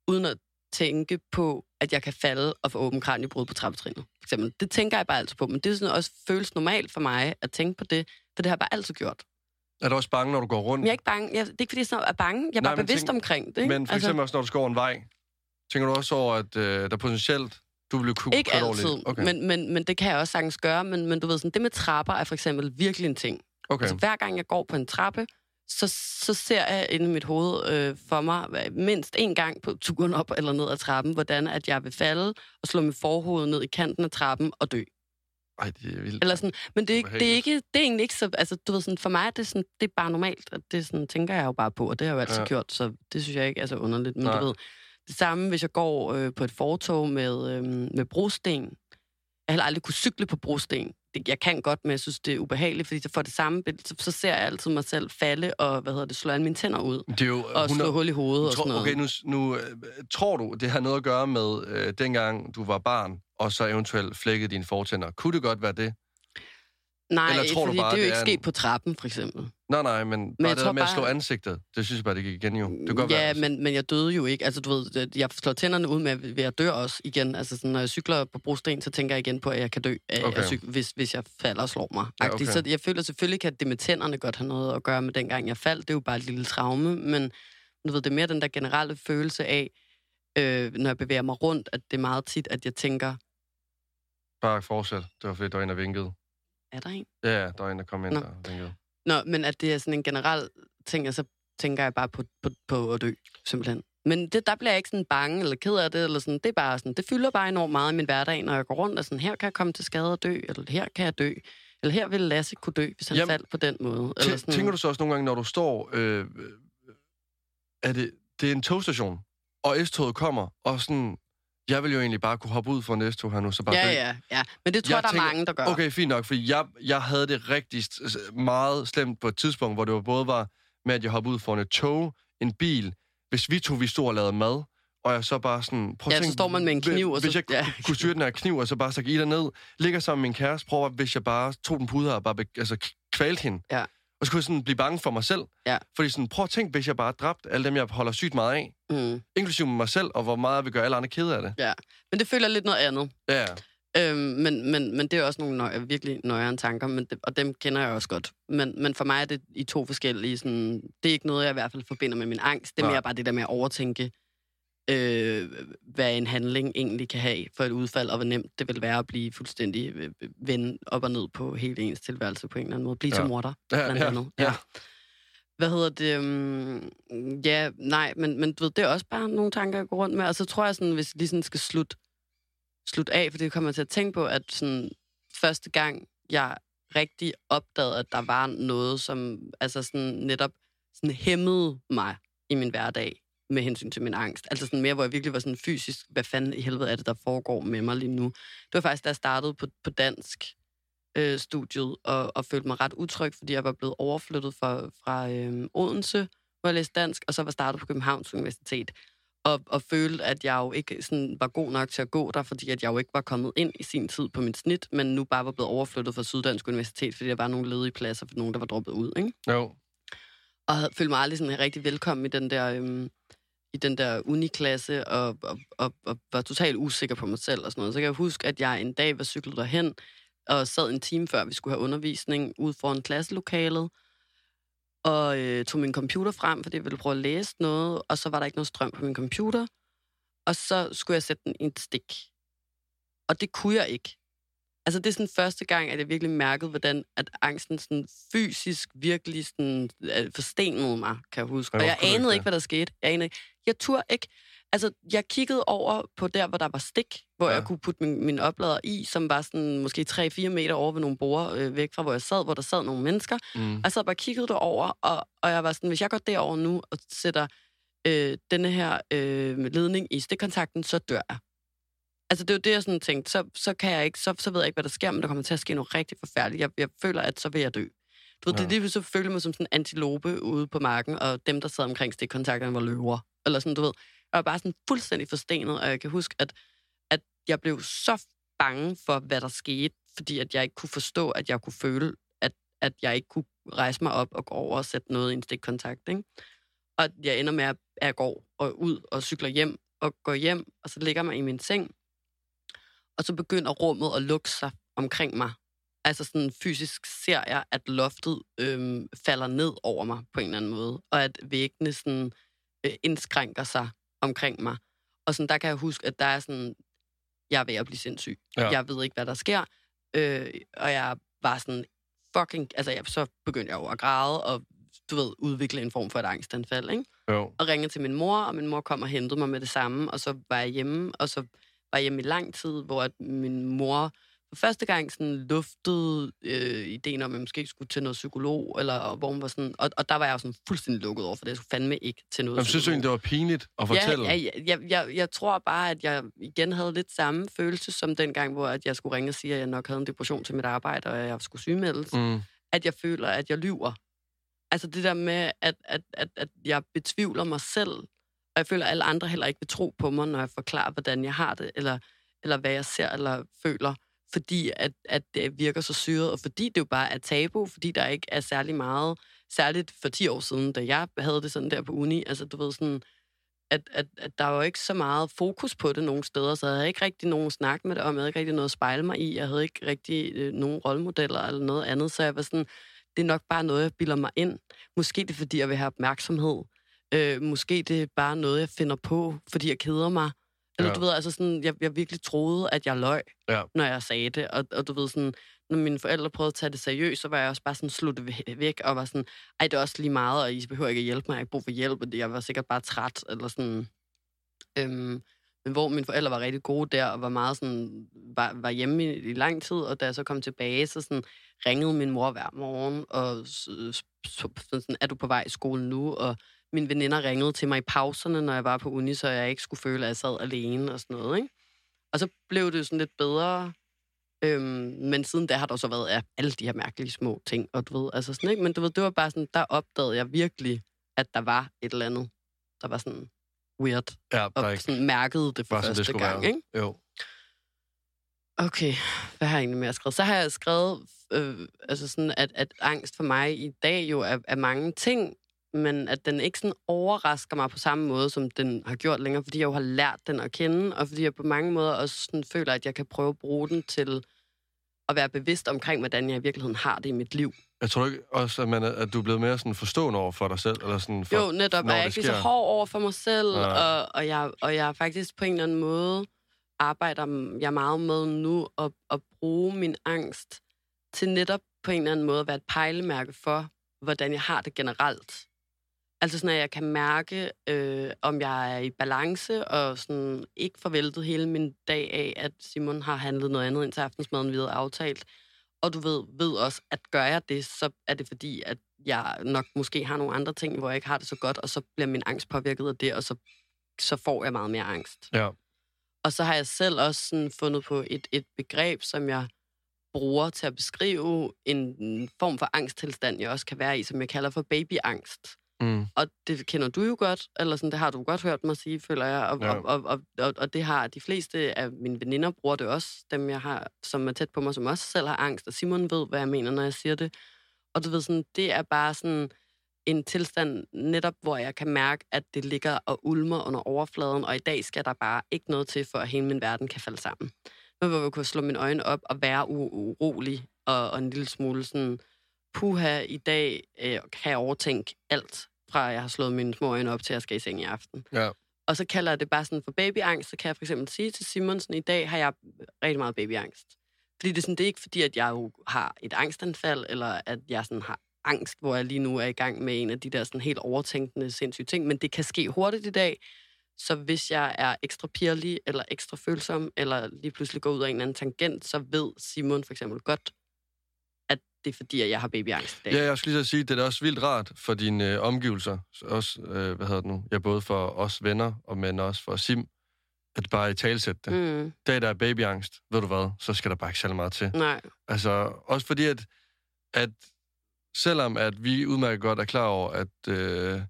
uden at tænke på, at jeg kan falde og få åben kraniebrud på trappetrinnet. For eksempel. Det tænker jeg bare altid på, men det er sådan også føles normalt for mig at tænke på det, for det har jeg bare altid gjort. Er du også bange, når du går rundt? Jeg er ikke bange. Jeg, det er ikke, fordi jeg er bange. Jeg er Nej, bare bevidst tænk, omkring det. Ikke? Men for eksempel altså, også, når du skal over en vej, tænker du også over, at øh, der potentielt, du vil kunne ikke altid, okay. men, men, men det kan jeg også sagtens gøre. Men, men du ved, sådan, det med trapper er for eksempel virkelig en ting. Okay. Altså, hver gang jeg går på en trappe, så, så ser jeg inde i mit hoved øh, for mig mindst en gang på turen op eller ned ad trappen, hvordan at jeg vil falde og slå mit forhoved ned i kanten af trappen og dø. Ej, det er vildt. Eller sådan, men det er, ikke, det er ikke, det er egentlig ikke så, altså du ved sådan, for mig er det sådan, det er bare normalt, og det sådan, tænker jeg jo bare på, og det har jeg jo altid ja. gjort, så det synes jeg ikke er så underligt, men Nej. Du ved, det samme, hvis jeg går øh, på et fortov med, øh, med brosten, jeg har heller aldrig kunne cykle på brosten, det, jeg kan godt, men jeg synes, det er ubehageligt, fordi så får det samme billede, så, så ser jeg altid mig selv falde, og hvad hedder det, slå alle mine tænder ud, det er jo, og slå hul i hovedet og sådan noget. Okay, nu, nu øh, tror du, det har noget at gøre med, øh, dengang du var barn, og så eventuelt flækkede dine fortænder. Kunne det godt være det? Nej, Eller tror fordi du bare, det er jo det ikke er en... sket på trappen, for eksempel. Nej, nej, men, men bare det der med bare... at slå ansigtet, det synes jeg bare, det gik igen jo. Det kan godt ja, være, men, men jeg døde jo ikke. Altså, du ved, jeg slår tænderne ud med, ved at dø også igen. Altså, sådan, når jeg cykler på brosten, så tænker jeg igen på, at jeg kan dø, okay. cyk- hvis, hvis jeg falder og slår mig. Ja, okay. Så jeg føler selvfølgelig, at det med tænderne godt have noget at gøre med dengang jeg faldt. Det er jo bare et lille traume, men du ved, det er mere den der generelle følelse af, øh, når jeg bevæger mig rundt, at det er meget tit, at jeg tænker... Bare fortsæt. Det var fordi, der var en, der vinkede. Er der en? Ja, der var en, der kom ind Nå. og vinkede. Nå, men at det er sådan en generel ting, og så tænker jeg bare på, på, på at dø, simpelthen. Men det, der bliver jeg ikke sådan bange eller ked af det, eller sådan. Det er bare sådan, det fylder bare enormt meget i min hverdag, når jeg går rundt og sådan, her kan jeg komme til skade og dø, eller her kan jeg dø, eller her vil Lasse kunne dø, hvis han Jamen, faldt på den måde. Eller sådan. Tænker du så også nogle gange, når du står, øh, er det, det er en togstation, og S-toget kommer, og sådan, jeg vil jo egentlig bare kunne hoppe ud for en S-tog her nu, så bare ja, dø. Ja, ja, men det tror jeg, der tænker, er mange, der gør. Okay, fint nok, for jeg, jeg havde det rigtig meget slemt på et tidspunkt, hvor det var både var med, at jeg hoppede ud for en tog, en bil, hvis vi to, vi stod og lavede mad, og jeg så bare sådan... Prøv ja, tænke, så står man med en kniv, og hvis så... jeg ja. kunne styre den her kniv, og så bare så give ned, ligger sammen med min kæreste, prøver, hvis jeg bare tog den puder og bare altså, kvalte hende. Ja. Og så kunne jeg sådan blive bange for mig selv. Ja. Fordi sådan, prøv at tænke, hvis jeg bare dræbte alle dem, jeg holder sygt meget af. Mm. Inklusive mig selv, og hvor meget jeg vil gøre alle andre kede af det. Ja, men det føler lidt noget andet. Ja. Øhm, men, men, men det er også nogle nøje, virkelig nøjere tanker, men det, og dem kender jeg også godt. Men, men for mig er det i to forskellige, sådan, det er ikke noget, jeg i hvert fald forbinder med min angst. Det er mere bare det der med at overtænke, øh, hvad en handling egentlig kan have for et udfald, og hvor nemt det vil være at blive fuldstændig øh, vende op og ned på hele ens tilværelse på en eller anden måde. Blive ja. til morder, blandt ja, andet. Ja. Ja. Hvad hedder det? Um, ja, nej, men, men du ved, det er også bare nogle tanker, jeg går rundt med. Og så tror jeg, sådan, hvis jeg lige sådan skal slutte slut af, for det kommer til at tænke på, at sådan, første gang, jeg rigtig opdagede, at der var noget, som altså sådan, netop sådan, hæmmede mig i min hverdag med hensyn til min angst. Altså sådan mere, hvor jeg virkelig var sådan fysisk, hvad fanden i helvede er det, der foregår med mig lige nu. Det var faktisk, da jeg startede på, på dansk øh, studiet, og, og følte mig ret utryg, fordi jeg var blevet overflyttet fra, fra øh, Odense, hvor jeg læste dansk, og så var startet på Københavns Universitet. Og, og følte, at jeg jo ikke sådan, var god nok til at gå der, fordi at jeg jo ikke var kommet ind i sin tid på mit snit, men nu bare var blevet overflyttet fra Syddansk Universitet, fordi der var nogle ledige pladser for nogen, der var droppet ud, ikke? Jo. Og havde følt mig aldrig sådan rigtig velkommen i den der, øhm, i den der uniklasse, og, og, og, og var totalt usikker på mig selv og sådan noget. Så kan jeg huske, at jeg en dag var cyklet derhen, og sad en time før vi skulle have undervisning ude foran klasselokalet, og øh, tog min computer frem, fordi jeg ville prøve at læse noget, og så var der ikke noget strøm på min computer, og så skulle jeg sætte den i et stik. Og det kunne jeg ikke. Altså, det er sådan første gang, at jeg virkelig mærkede, hvordan at angsten sådan fysisk virkelig sådan, forstenede mig, kan jeg huske. Og jeg anede ikke, hvad der skete. Jeg anede ikke. Jeg turde ikke. Altså, jeg kiggede over på der, hvor der var stik, hvor ja. jeg kunne putte min, min oplader i, som var sådan måske tre fire meter over ved nogle borer øh, væk fra, hvor jeg sad, hvor der sad nogle mennesker. Mm. Og jeg sad bare og kiggede derover, og, og jeg var sådan, hvis jeg går derover nu og sætter øh, denne her øh, ledning i stikkontakten, så dør jeg. Altså, det er jo det, jeg sådan tænkte, så, så kan jeg ikke, så, så ved jeg ikke, hvad der sker, men der kommer til at ske noget rigtig forfærdeligt. Jeg, jeg føler, at så vil jeg dø. Du ved, ja. det er lige så følte mig som sådan en antilope ude på marken, og dem, der sad omkring stikkontakterne, var løver. Eller sådan, du ved. Jeg var bare sådan fuldstændig forstenet, og jeg kan huske, at, at jeg blev så bange for, hvad der skete, fordi at jeg ikke kunne forstå, at jeg kunne føle, at, at jeg ikke kunne rejse mig op og gå over og sætte noget i en stikkontakt, ikke? Og jeg ender med, at jeg går og ud og cykler hjem, og går hjem, og så ligger mig i min seng, og så begynder rummet at lukke sig omkring mig. Altså sådan fysisk ser jeg, at loftet øhm, falder ned over mig på en eller anden måde, og at væggene sådan øh, indskrænker sig omkring mig. Og sådan, der kan jeg huske, at der er sådan, jeg er ved at blive sindssyg. Ja. Jeg ved ikke, hvad der sker. Øh, og jeg var sådan fucking, altså jeg, så begyndte jeg over at græde, og du ved, udvikle en form for et angstanfald, ikke? Jo. Og ringede til min mor, og min mor kom og hentede mig med det samme, og så var jeg hjemme, og så var jeg hjemme i lang tid, hvor at min mor for første gang sådan luftede øh, ideen om, at jeg måske ikke skulle til noget psykolog, eller hvor hun var sådan, og, og der var jeg jo sådan fuldstændig lukket over, for det jeg skulle fandme ikke til noget. Jeg synes du egentlig, det var pinligt at fortælle? Ja, ja, jeg, jeg, jeg tror bare, at jeg igen havde lidt samme følelse som dengang, hvor at jeg skulle ringe og sige, at jeg nok havde en depression til mit arbejde, og jeg skulle sygemeldes. Mm. At jeg føler, at jeg lyver. Altså det der med, at, at, at, at jeg betvivler mig selv, og jeg føler, at alle andre heller ikke vil tro på mig, når jeg forklarer, hvordan jeg har det, eller, eller hvad jeg ser eller føler, fordi at, at det virker så syret, og fordi det jo bare er tabu, fordi der ikke er særlig meget, særligt for ti år siden, da jeg havde det sådan der på uni, altså du ved sådan, at, at, at der var ikke så meget fokus på det nogle steder, så jeg havde ikke rigtig nogen snak med det, og jeg havde ikke rigtig noget at spejle mig i, jeg havde ikke rigtig øh, nogen rollemodeller eller noget andet, så jeg var sådan, det er nok bare noget, jeg bilder mig ind. Måske det er, fordi jeg vil have opmærksomhed. Øh, måske det er bare noget, jeg finder på, fordi jeg keder mig. Eller ja. Du ved, altså sådan, jeg, jeg virkelig troede, at jeg løg, ja. Når jeg sagde det. Og, og du ved sådan, når mine forældre prøvede at tage det seriøst, så var jeg også bare sådan sluttet væk, og var sådan, ej, det er også lige meget, og I behøver ikke at hjælpe mig, jeg har ikke brug for hjælp, og jeg var sikkert bare træt, eller sådan. Øhm, men hvor mine forældre var rigtig gode der, og var meget sådan, var, var hjemme i, i lang tid, og da jeg så kom tilbage, så sådan, ringede min mor hver morgen, og så, så, sådan, er du på vej i skole nu? Og mine veninder ringede til mig i pauserne, når jeg var på uni, så jeg ikke skulle føle, at jeg sad alene og sådan noget, ikke? Og så blev det sådan lidt bedre, øhm, men siden da har der så været ja, alle de her mærkelige små ting, og du ved, altså sådan, ikke? Men du ved, det var bare sådan, der opdagede jeg virkelig, at der var et eller andet, der var sådan weird, ja, og ikke sådan mærkede det for bare første det gang, være. Ikke? Jo. Okay, hvad har jeg egentlig mere skrevet? Så har jeg skrevet, øh, altså sådan, at, at angst for mig i dag jo er, er mange ting, men at den ikke sådan overrasker mig på samme måde, som den har gjort længere, fordi jeg jo har lært den at kende, og fordi jeg på mange måder også sådan føler, at jeg kan prøve at bruge den til at være bevidst omkring, hvordan jeg i virkeligheden har det i mit liv. Jeg tror ikke også, at, man er, at du er blevet mere sådan forstående over for dig selv? Eller sådan for, jo, netop. Er jeg ikke lige så hård over for mig selv, og, og, jeg, og jeg faktisk på en eller anden måde arbejder jeg meget med nu at, at bruge min angst til netop på en eller anden måde at være et pejlemærke for, hvordan jeg har det generelt. Altså sådan, at jeg kan mærke, øh, om jeg er i balance, og sådan ikke forvæltet hele min dag af, at Simon har handlet noget andet ind til aftensmaden, vi havde aftalt. Og du ved, ved også, at gør jeg det, så er det fordi, at jeg nok måske har nogle andre ting, hvor jeg ikke har det så godt, og så bliver min angst påvirket af det, og så, så får jeg meget mere angst. Ja. Og så har jeg selv også sådan fundet på et, et begreb, som jeg bruger til at beskrive en form for angsttilstand, jeg også kan være i, som jeg kalder for babyangst. Mm. Og det kender du jo godt, eller sådan, det har du godt hørt mig sige, føler jeg, og, ja. og, og, og, og det har de fleste af mine veninder bruger det også, dem jeg har, som er tæt på mig, som også selv har angst, og Simon ved, hvad jeg mener, når jeg siger det. Og du ved sådan, det er bare sådan en tilstand netop, hvor jeg kan mærke, at det ligger og ulmer under overfladen, og i dag skal der bare ikke noget til, for at hele min verden kan falde sammen. Nu hvor jeg kunne slå mine øjne op og være u- urolig, og, og en lille smule sådan, puha, i dag øh, kan jeg overtænke alt, fra jeg har slået mine små øjne op til, at jeg skal i seng i aften. Ja. Og så kalder jeg det bare sådan for babyangst, så kan jeg for eksempel sige til Simonsen, i dag har jeg rigtig meget babyangst. Fordi det er, sådan, det er ikke fordi, at jeg jo har et angstanfald, eller at jeg sådan har angst, hvor jeg lige nu er i gang med en af de der sådan helt overtænkende sindssyge ting, men det kan ske hurtigt i dag. Så hvis jeg er ekstra pirlig, eller ekstra følsom, eller lige pludselig går ud af en eller anden tangent, så ved Simon for eksempel godt, at det er fordi, at jeg har babyangst i dag. Ja, jeg skulle lige så sige, det er også vildt rart for dine øh, omgivelser, også, øh, hvad hedder det nu, ja, både for os venner, og men også for Sim, at bare i talsætte det. Mm. Dag, der er babyangst, ved du hvad, så skal der bare ikke særlig meget til. Nej. Altså, også fordi, at, at selvom at vi udmærket godt er klar over, at, øh,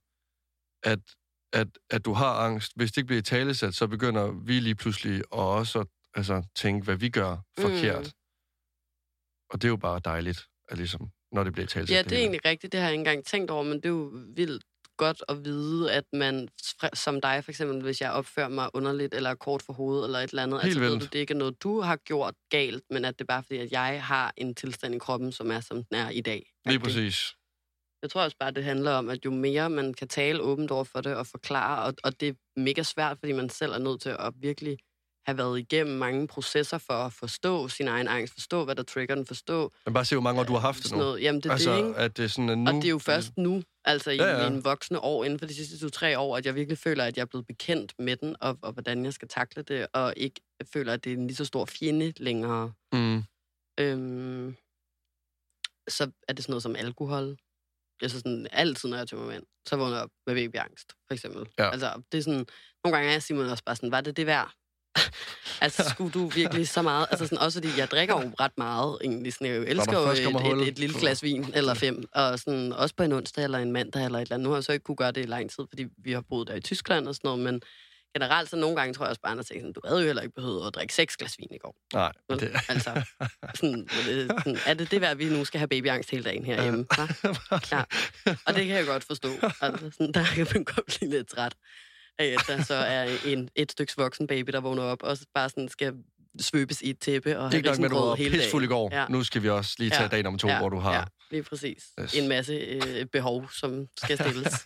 at, at, at du har angst, hvis det ikke bliver i talesæt, så begynder vi lige pludselig at også altså, tænke, hvad vi gør forkert. Mm. Og det er jo bare dejligt, at ligesom, når det bliver i talesæt. Ja, det er egentlig rigtigt, det har jeg ikke engang tænkt over, men det er jo vildt godt at vide, at man, som dig for eksempel, hvis jeg opfører mig underligt, eller kort for hovedet, eller et eller andet, Helt altså ved vildt. du, det ikke er noget, du har gjort galt, men at det er bare fordi, at jeg har en tilstand i kroppen, som er, som den er i dag. Lige præcis. Jeg tror også bare, det handler om, at jo mere man kan tale åbent over for det og forklare, og, og det er mega svært, fordi man selv er nødt til at virkelig have været igennem mange processer for at forstå sin egen angst, forstå, hvad der trigger den, forstå... Men bare se, hvor mange år du har haft det nu. Noget. Jamen, det er altså, det, ikke? At det er sådan, at nu... Og det er jo først nu, altså ja, ja. i mine voksne år, inden for de sidste to-tre år, at jeg virkelig føler, at jeg er blevet bekendt med den, og, og hvordan jeg skal takle det, og ikke føler, at det er en lige så stor fjende længere. Mm. Øhm, så er det sådan noget som alkohol. Jeg så sådan, altid, når jeg tømmer mænd, så vågner jeg op med babyangst, for eksempel. Ja. Altså, det er sådan... Nogle gange er jeg Simon også bare sådan, var det det værd? Altså, skulle du virkelig så meget... Altså, sådan, også fordi jeg drikker jo ret meget, egentlig. Sådan, jeg jo elsker jo et, et, et lille glas vin, eller fem. Og sådan, også på en onsdag, eller en mandag, eller et eller andet. Nu har jeg så ikke kunne gøre det i lang tid, fordi vi har boet der i Tyskland og sådan noget, men generelt så nogle gange tror jeg også bare, at jeg du havde jo heller ikke behøvet at drikke seks glas vin i går. Nej. Men, det... altså, sådan, sådan, er det det værd, at vi nu skal have babyangst hele dagen herhjemme? Ja. Og det kan jeg godt forstå. Altså, sådan, der kan man godt blive lidt træt af, at der så er en, et stykke voksen baby, der vågner op, og bare sådan skal svøbes i et tæppe og have risengrød hele dagen. Pissfuld i går. Ja. Nu skal vi også lige tage ja. dag nummer to, ja. hvor du har... Ja, lige præcis. Yes. En masse øh, behov, som skal stilles.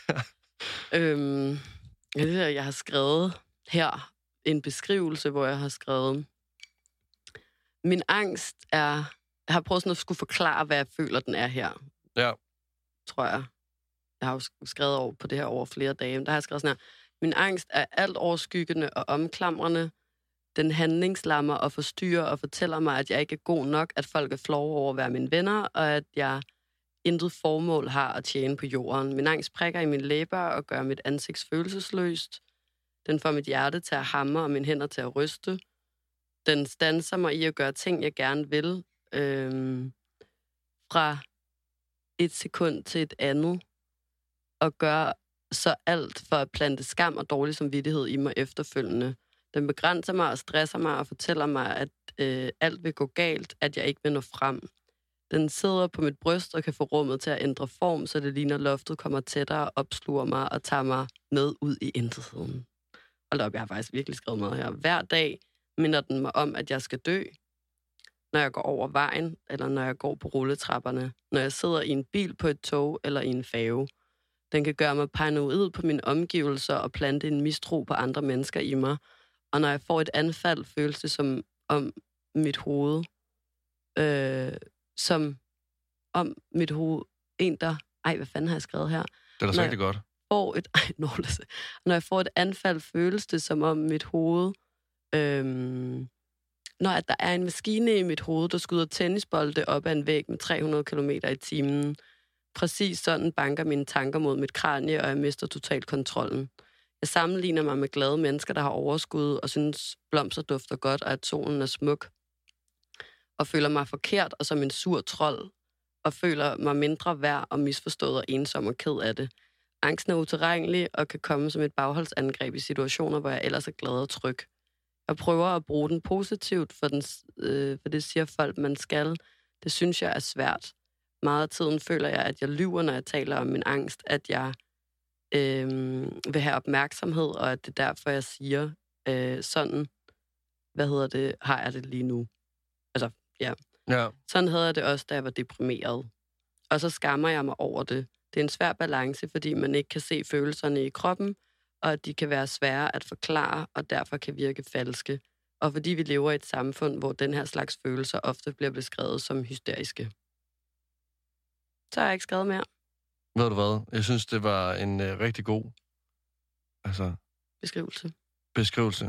øhm, jeg har skrevet her en beskrivelse, hvor jeg har skrevet... Min angst er... Jeg har prøvet sådan at skulle forklare, hvad jeg føler, den er her. Ja. Tror jeg. Jeg har jo skrevet over på det her over flere dage. Der har jeg skrevet sådan her. Min angst er alt overskyggende og omklamrende. Den handlingslammer og forstyrrer og fortæller mig, at jeg ikke er god nok, at folk er flove over at være mine venner, og at jeg intet formål har at tjene på jorden. Min angst prikker i mine læber og gør mit ansigt følelsesløst. Den får mit hjerte til at hamre og mine hænder til at ryste. Den standser mig i at gøre ting, jeg gerne vil. Øhm, fra et sekund til et andet. Og gør så alt for at plante skam og dårlig samvittighed i mig efterfølgende. Den begrænser mig og stresser mig og fortæller mig, at øh, alt vil gå galt, at jeg ikke vil nå frem. Den sidder på mit bryst og kan få rummet til at ændre form, så det ligner loftet kommer tættere, opsluger mig og tager mig med ud i intetheden. Hold op, jeg har faktisk virkelig skrevet noget her. Hver dag minder den mig om, at jeg skal dø. Når jeg går over vejen, eller når jeg går på rulletrapperne. Når jeg sidder i en bil på et tog eller i en færge. Den kan gøre mig paranoid på mine omgivelser og plante en mistro på andre mennesker i mig. Og når jeg får et anfald, føles det som om mit hoved, øh, som om mit hoved, en der, ej, hvad fanden har jeg skrevet her? Det er da så rigtig godt. Får et, ej, nå, når jeg får et anfald, føles det som om mit hoved, øh, når at der er en maskine i mit hoved, der skyder tennisbolde op ad en væg med tre hundrede kilometer i timen. Præcis sådan banker mine tanker mod mit kranie, og jeg mister totalt kontrollen. Jeg sammenligner mig med glade mennesker, der har overskud og synes, blomster dufter godt, og at solen er smuk. Og føler mig forkert og som en sur trold. Og føler mig mindre værd og misforstået og ensom og ked af det. Angsten er utilregnelig og kan komme som et bagholdsangreb i situationer, hvor jeg ellers er glad og tryg. Jeg prøver at bruge den positivt, for, den, øh, for det siger folk, man skal. Det synes jeg er svært. Meget af tiden føler jeg, at jeg lyver, når jeg taler om min angst, at jeg øh, vil have opmærksomhed, og at det er derfor, jeg siger øh, sådan, hvad hedder det, har jeg det lige nu. Altså, ja. ja. Sådan havde jeg det også, da jeg var deprimeret. Og så skammer jeg mig over det. Det er en svær balance, fordi man ikke kan se følelserne i kroppen, og at de kan være svære at forklare, og derfor kan virke falske. Og fordi vi lever i et samfund, hvor den her slags følelser ofte bliver beskrevet som hysteriske. Så har jeg ikke skrevet mere. Ved du hvad? Jeg synes, det var en øh, rigtig god altså, beskrivelse. Beskrivelse.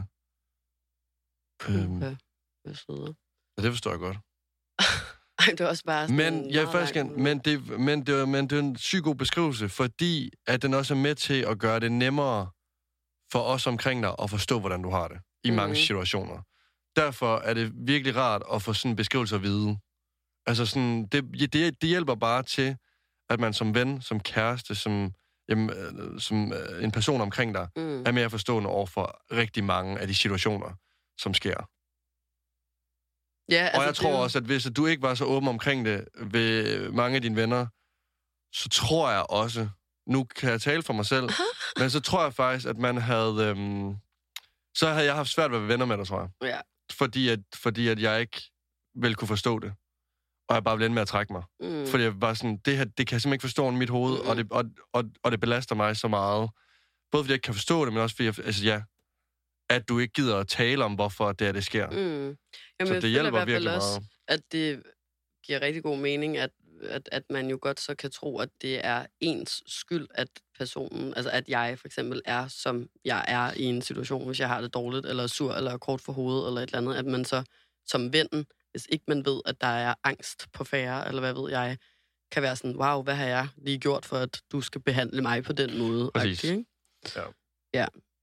Øhm, hvad sidder? Ja, det forstår jeg godt. Ej, det er også bare sådan men, jeg faktisk, men, det, men, det, men det er en sygt god beskrivelse, fordi at den også er med til at gøre det nemmere for os omkring dig at forstå, hvordan du har det i mm. mange situationer. Derfor er det virkelig rart at få sådan en beskrivelse at vide. Altså sådan, det, det, det hjælper bare til, at man som ven, som kæreste, som, jamen, som en person omkring dig, mm. er mere forstående over for rigtig mange af de situationer, som sker. Ja, altså, og jeg tror det... også, at hvis du ikke var så åben omkring det ved mange af dine venner, så tror jeg også, nu kan jeg tale for mig selv, men så tror jeg faktisk, at man havde... Øhm, så havde jeg haft svært ved at være venner med dig, tror jeg. Ja. Fordi at, fordi at jeg ikke ville kunne forstå det. Og jeg bare ville ende med at trække mig. Mm. Fordi jeg var sådan, det her, det kan jeg simpelthen ikke forstå i mit hoved, mm. og, det, og, og, og det belaster mig så meget. Både fordi jeg ikke kan forstå det, men også fordi, jeg, altså ja, at du ikke gider at tale om, hvorfor det er, det sker. Mm. Jamen, så det hjælper virkelig også, meget. At det giver rigtig god mening, at, at, at man jo godt så kan tro, at det er ens skyld, at personen, altså at jeg for eksempel er, som jeg er i en situation, hvis jeg har det dårligt, eller er sur, eller er kort for hovedet, eller et eller andet, at man så som vennen, hvis ikke man ved, at der er angst på færre, eller hvad ved jeg, kan være sådan, wow, hvad har jeg lige gjort for, at du skal behandle mig på den måde? Præcis. Ikke? Ja. Ja.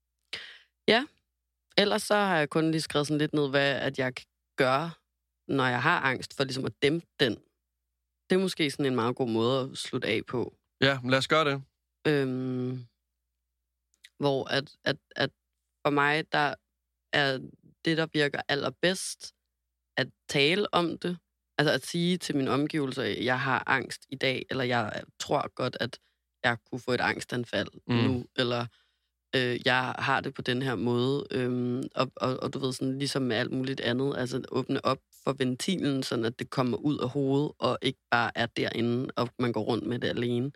Ja. Ellers så har jeg kun lige skrevet sådan lidt ned, hvad at jeg kan gøre, når jeg har angst, for ligesom at dæmpe den. Det er måske sådan en meget god måde at slutte af på. Ja, lad os gøre det. Øhm, hvor at, at, at for mig, der er det, der virker allerbedst, at tale om det. Altså at sige til min omgivelser, at jeg har angst i dag, eller jeg tror godt, at jeg kunne få et angstanfald mm. nu, eller øh, jeg har det på den her måde. Øhm, og, og, og du ved, sådan ligesom med alt muligt andet, altså åbne op for ventilen, sådan at det kommer ud af hovedet, og ikke bare er derinde, og man går rundt med det alene.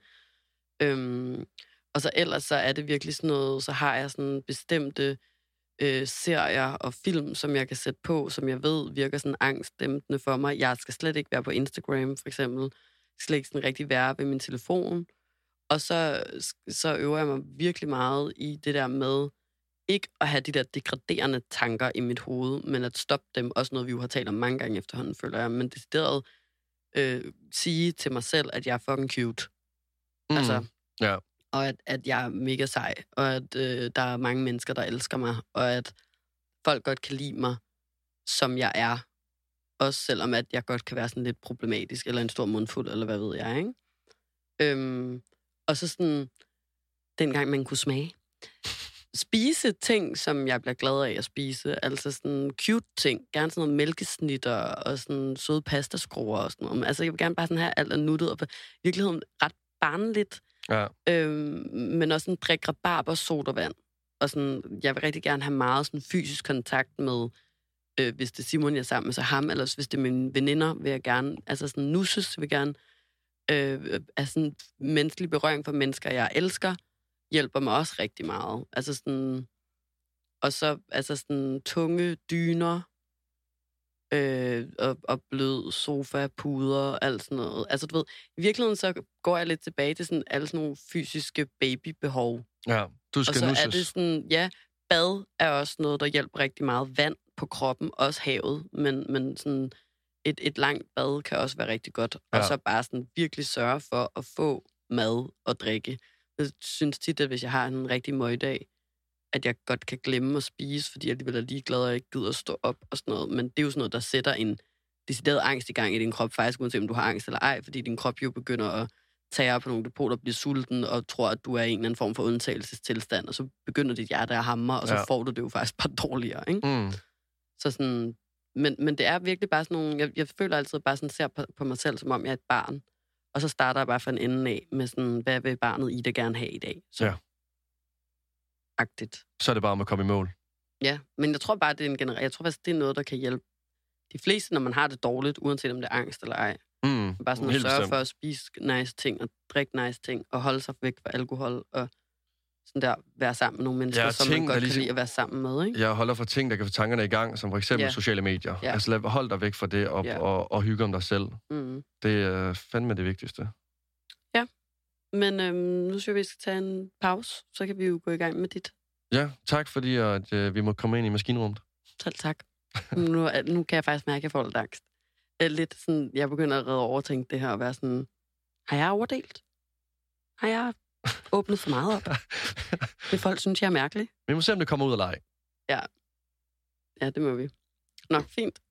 Øhm, og så ellers så er det virkelig sådan noget, så har jeg sådan bestemte øh, serier og film, som jeg kan sætte på, som jeg ved virker sådan angstdæmpende for mig. Jeg skal slet ikke være på Instagram, for eksempel. Jeg skal slet ikke sådan rigtig være ved min telefon. Og så, så øver jeg mig virkelig meget i det der med ikke at have de der degraderende tanker i mit hoved, men at stoppe dem. Også noget, vi jo har talt om mange gange efterhånden, føler jeg. Men decideret øh, sige til mig selv, at jeg er fucking cute. Mm. Altså, ja. Og at, at jeg er mega sej, og at øh, der er mange mennesker, der elsker mig, og at folk godt kan lide mig, som jeg er. Også selvom at jeg godt kan være sådan lidt problematisk, eller en stor mundfuld, eller hvad ved jeg, ikke? Øhm, og så sådan, dengang man kunne smage. Spise ting, som jeg bliver glad af at spise. Altså sådan cute ting. Gerne sådan noget mælkesnitter og sådan søde pastaskruer og sådan noget. Altså jeg vil gerne bare sådan have alt er nuttet, og i virkeligheden ret barnligt. Ja. Øhm, men også sådan drikke rabarber sodavand. Og sådan, jeg vil rigtig gerne have meget sådan fysisk kontakt med, øh, hvis det er Simon, jeg er sammen med, så ham, eller hvis det er mine veninder, vil jeg gerne, altså sådan nusses, vil jeg gerne, øh, altså sådan menneskelig berøring for mennesker, jeg elsker, hjælper mig også rigtig meget. Altså sådan, og så, altså sådan tunge dyner, Øh, og, og blød sofa, puder og alt sådan noget. Altså, du ved, i virkeligheden så går jeg lidt tilbage til sådan alle sådan nogle fysiske babybehov. Ja, du skal og så nusses. er det sådan, ja, bad er også noget, der hjælper rigtig meget. Vand på kroppen, også havet, men, men sådan et, et langt bad kan også være rigtig godt. Ja. Og så bare sådan virkelig sørge for at få mad og drikke. Jeg synes tit, at hvis jeg har en rigtig møgdag, at jeg godt kan glemme at spise, fordi jeg alligevel er ligeglad, og jeg ikke gider at stå op og sådan noget. Men det er jo sådan noget, der sætter en decideret angst i gang i din krop, faktisk uanset om du har angst eller ej, fordi din krop jo begynder at tage på nogle depoter, bliver sulten, og tror, at du er i en eller anden form for undtagelsestilstand, og så begynder dit hjerte at hamre, og så ja. får du det jo faktisk bare dårligere, ikke? Mm. Så sådan, men, men det er virkelig bare sådan nogle, jeg, jeg føler altid bare sådan, ser på, på mig selv, som om jeg er et barn, og så starter jeg bare fra en ende af med sådan, hvad vil barnet i det gerne have i dag? Så. Ja. Agtigt. Så er det bare om at komme i mål. Ja, men jeg tror bare, det er en generel... Jeg tror faktisk, det er noget, der kan hjælpe de fleste, når man har det dårligt, uanset om det er angst eller ej. Mm, bare sådan at sørge bestemt. for at spise nice ting, og drikke nice ting, og holde sig væk fra alkohol, og sådan der være sammen med nogle mennesker, ja, som ting, man godt ligesom, kan lide at være sammen med, ikke? Jeg holder for ting, der kan få tankerne i gang, som for eksempel ja. sociale medier. Ja. Altså lad, hold dig væk fra det, og, ja. og, og hygge om dig selv. Mm. Det er fandme det vigtigste. Ja, men øhm, nu synes jeg, vi skal tage en pause, så kan vi jo gå i gang med dit. Ja, tak fordi at, øh, vi må komme ind i maskinrummet. Selv tak. Nu, nu kan jeg faktisk mærke, at jeg får lidt angst. Lidt sådan, jeg begynder at redde overtænke det her, og være sådan, har jeg overdelt? Har jeg åbnet for meget op? Det folk synes, jeg er mærkelig. Vi må se, om det kommer ud af leg. Ja. Ja, det må vi. Nå, fint.